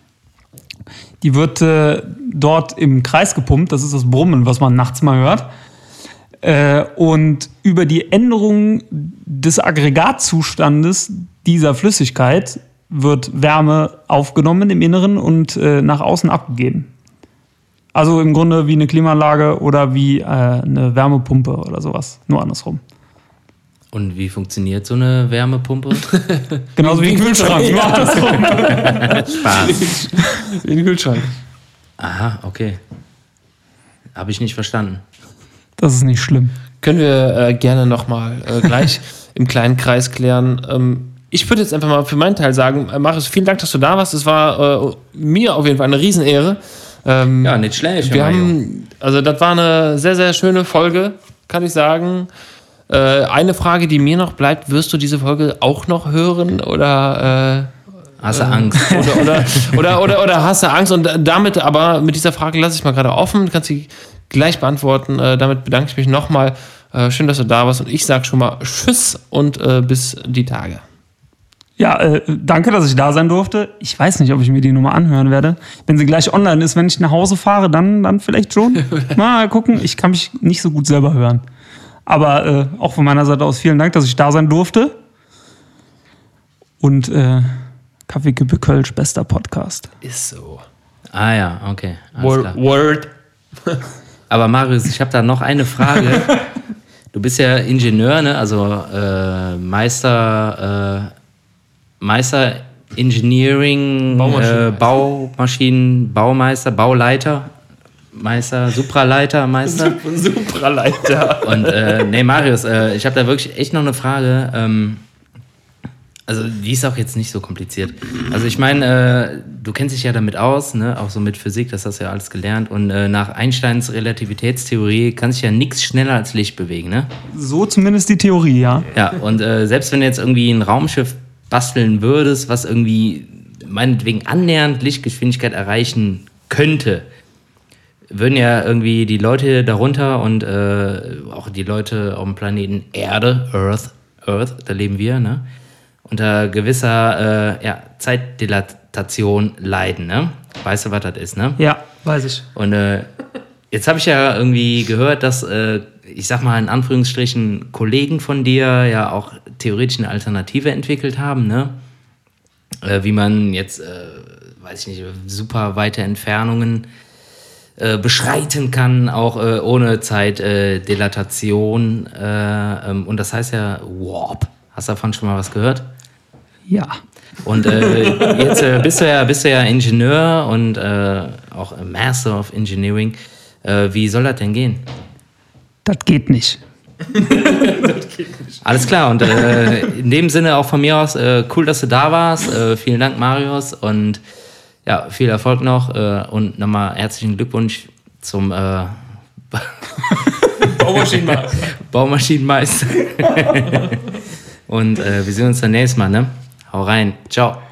Die wird äh, dort im Kreis gepumpt. Das ist das Brummen, was man nachts mal hört. Äh, und über die Änderung des Aggregatzustandes dieser Flüssigkeit wird Wärme aufgenommen im Inneren und äh, nach außen abgegeben. Also im Grunde wie eine Klimaanlage oder wie äh, eine Wärmepumpe oder sowas. Nur andersrum. Und wie funktioniert so eine Wärmepumpe? Genauso wie ein Kühlschrank. Nur andersrum. Spaß. In den Kühlschrank. Aha, okay. Habe ich nicht verstanden. Das ist nicht schlimm. Können wir äh, gerne nochmal äh, gleich im kleinen Kreis klären. Ähm, ich würde jetzt einfach mal für meinen Teil sagen, äh, Marius, vielen Dank, dass du da warst. Es war äh, mir auf jeden Fall eine Riesenehre. Ähm, Ja, nicht schlecht. wir Mario. haben, also das war eine sehr, sehr schöne Folge, kann ich sagen. Äh, eine Frage, die mir noch bleibt, wirst du diese Folge auch noch hören oder... Äh, Hast du Angst? oder, oder, oder, oder, oder hast du Angst? Und damit, aber mit dieser Frage lasse ich mal gerade offen, du kannst sie gleich beantworten. Äh, damit bedanke ich mich nochmal. Äh, schön, dass du da warst und ich sage schon mal Tschüss und äh, bis die Tage. Ja, äh, danke, dass ich da sein durfte. Ich weiß nicht, ob ich mir die Nummer anhören werde. Wenn sie gleich online ist, wenn ich nach Hause fahre, dann, dann vielleicht schon. Mal gucken. Ich kann mich nicht so gut selber hören. Aber äh, auch von meiner Seite aus vielen Dank, dass ich da sein durfte. Und äh, Kaffeeküppe Kölsch, bester Podcast. Ist so. Ah ja, okay. Alles klar. Word. Aber Marius, ich habe da noch eine Frage. Du bist ja Ingenieur, ne? Also äh, Meister, äh, Meister Engineering, Baumaschinenmeister. äh, Baumaschinen, Baumeister, Bauleiter, Meister, Supraleiter, Meister. Supraleiter. Und äh, nee, Marius, äh, ich habe da wirklich echt noch eine Frage. Ähm, also die ist auch jetzt nicht so kompliziert. Also ich meine, äh, du kennst dich ja damit aus, ne? Auch so mit Physik, das hast du ja alles gelernt. Und äh, nach Einsteins Relativitätstheorie kann sich ja nichts schneller als Licht bewegen, ne? So zumindest die Theorie, ja. Ja, und äh, selbst wenn du jetzt irgendwie ein Raumschiff basteln würdest, was irgendwie meinetwegen annähernd Lichtgeschwindigkeit erreichen könnte, würden ja irgendwie die Leute darunter und äh, auch die Leute auf dem Planeten Erde, Earth, Earth, da leben wir, ne? Unter gewisser äh, ja, Zeitdilatation leiden, ne? Weißt du, was das ist, ne? Ja, weiß ich. Und äh, jetzt habe ich ja irgendwie gehört, dass, äh, ich sag mal in Anführungsstrichen, Kollegen von dir ja auch theoretisch eine Alternative entwickelt haben, ne? Äh, wie man jetzt, äh, weiß ich nicht, super weite Entfernungen äh, beschreiten kann, auch äh, ohne Zeitdilatation. Äh, ähm, und das heißt ja Warp. Hast du davon schon mal was gehört? Ja. Und äh, jetzt äh, bist, du ja, bist du ja Ingenieur und äh, auch Master of Engineering. Äh, wie soll das denn gehen? Das geht nicht. Das geht nicht. Alles klar, und äh, in dem Sinne auch von mir aus, äh, cool, dass du da warst. Äh, vielen Dank, Marius, und ja, viel Erfolg noch äh, und nochmal herzlichen Glückwunsch zum äh, Baumaschinenmeister. Baumaschinenmeister. Und äh, wir sehen uns dann nächstes Mal, ne? Hau rein. Ciao.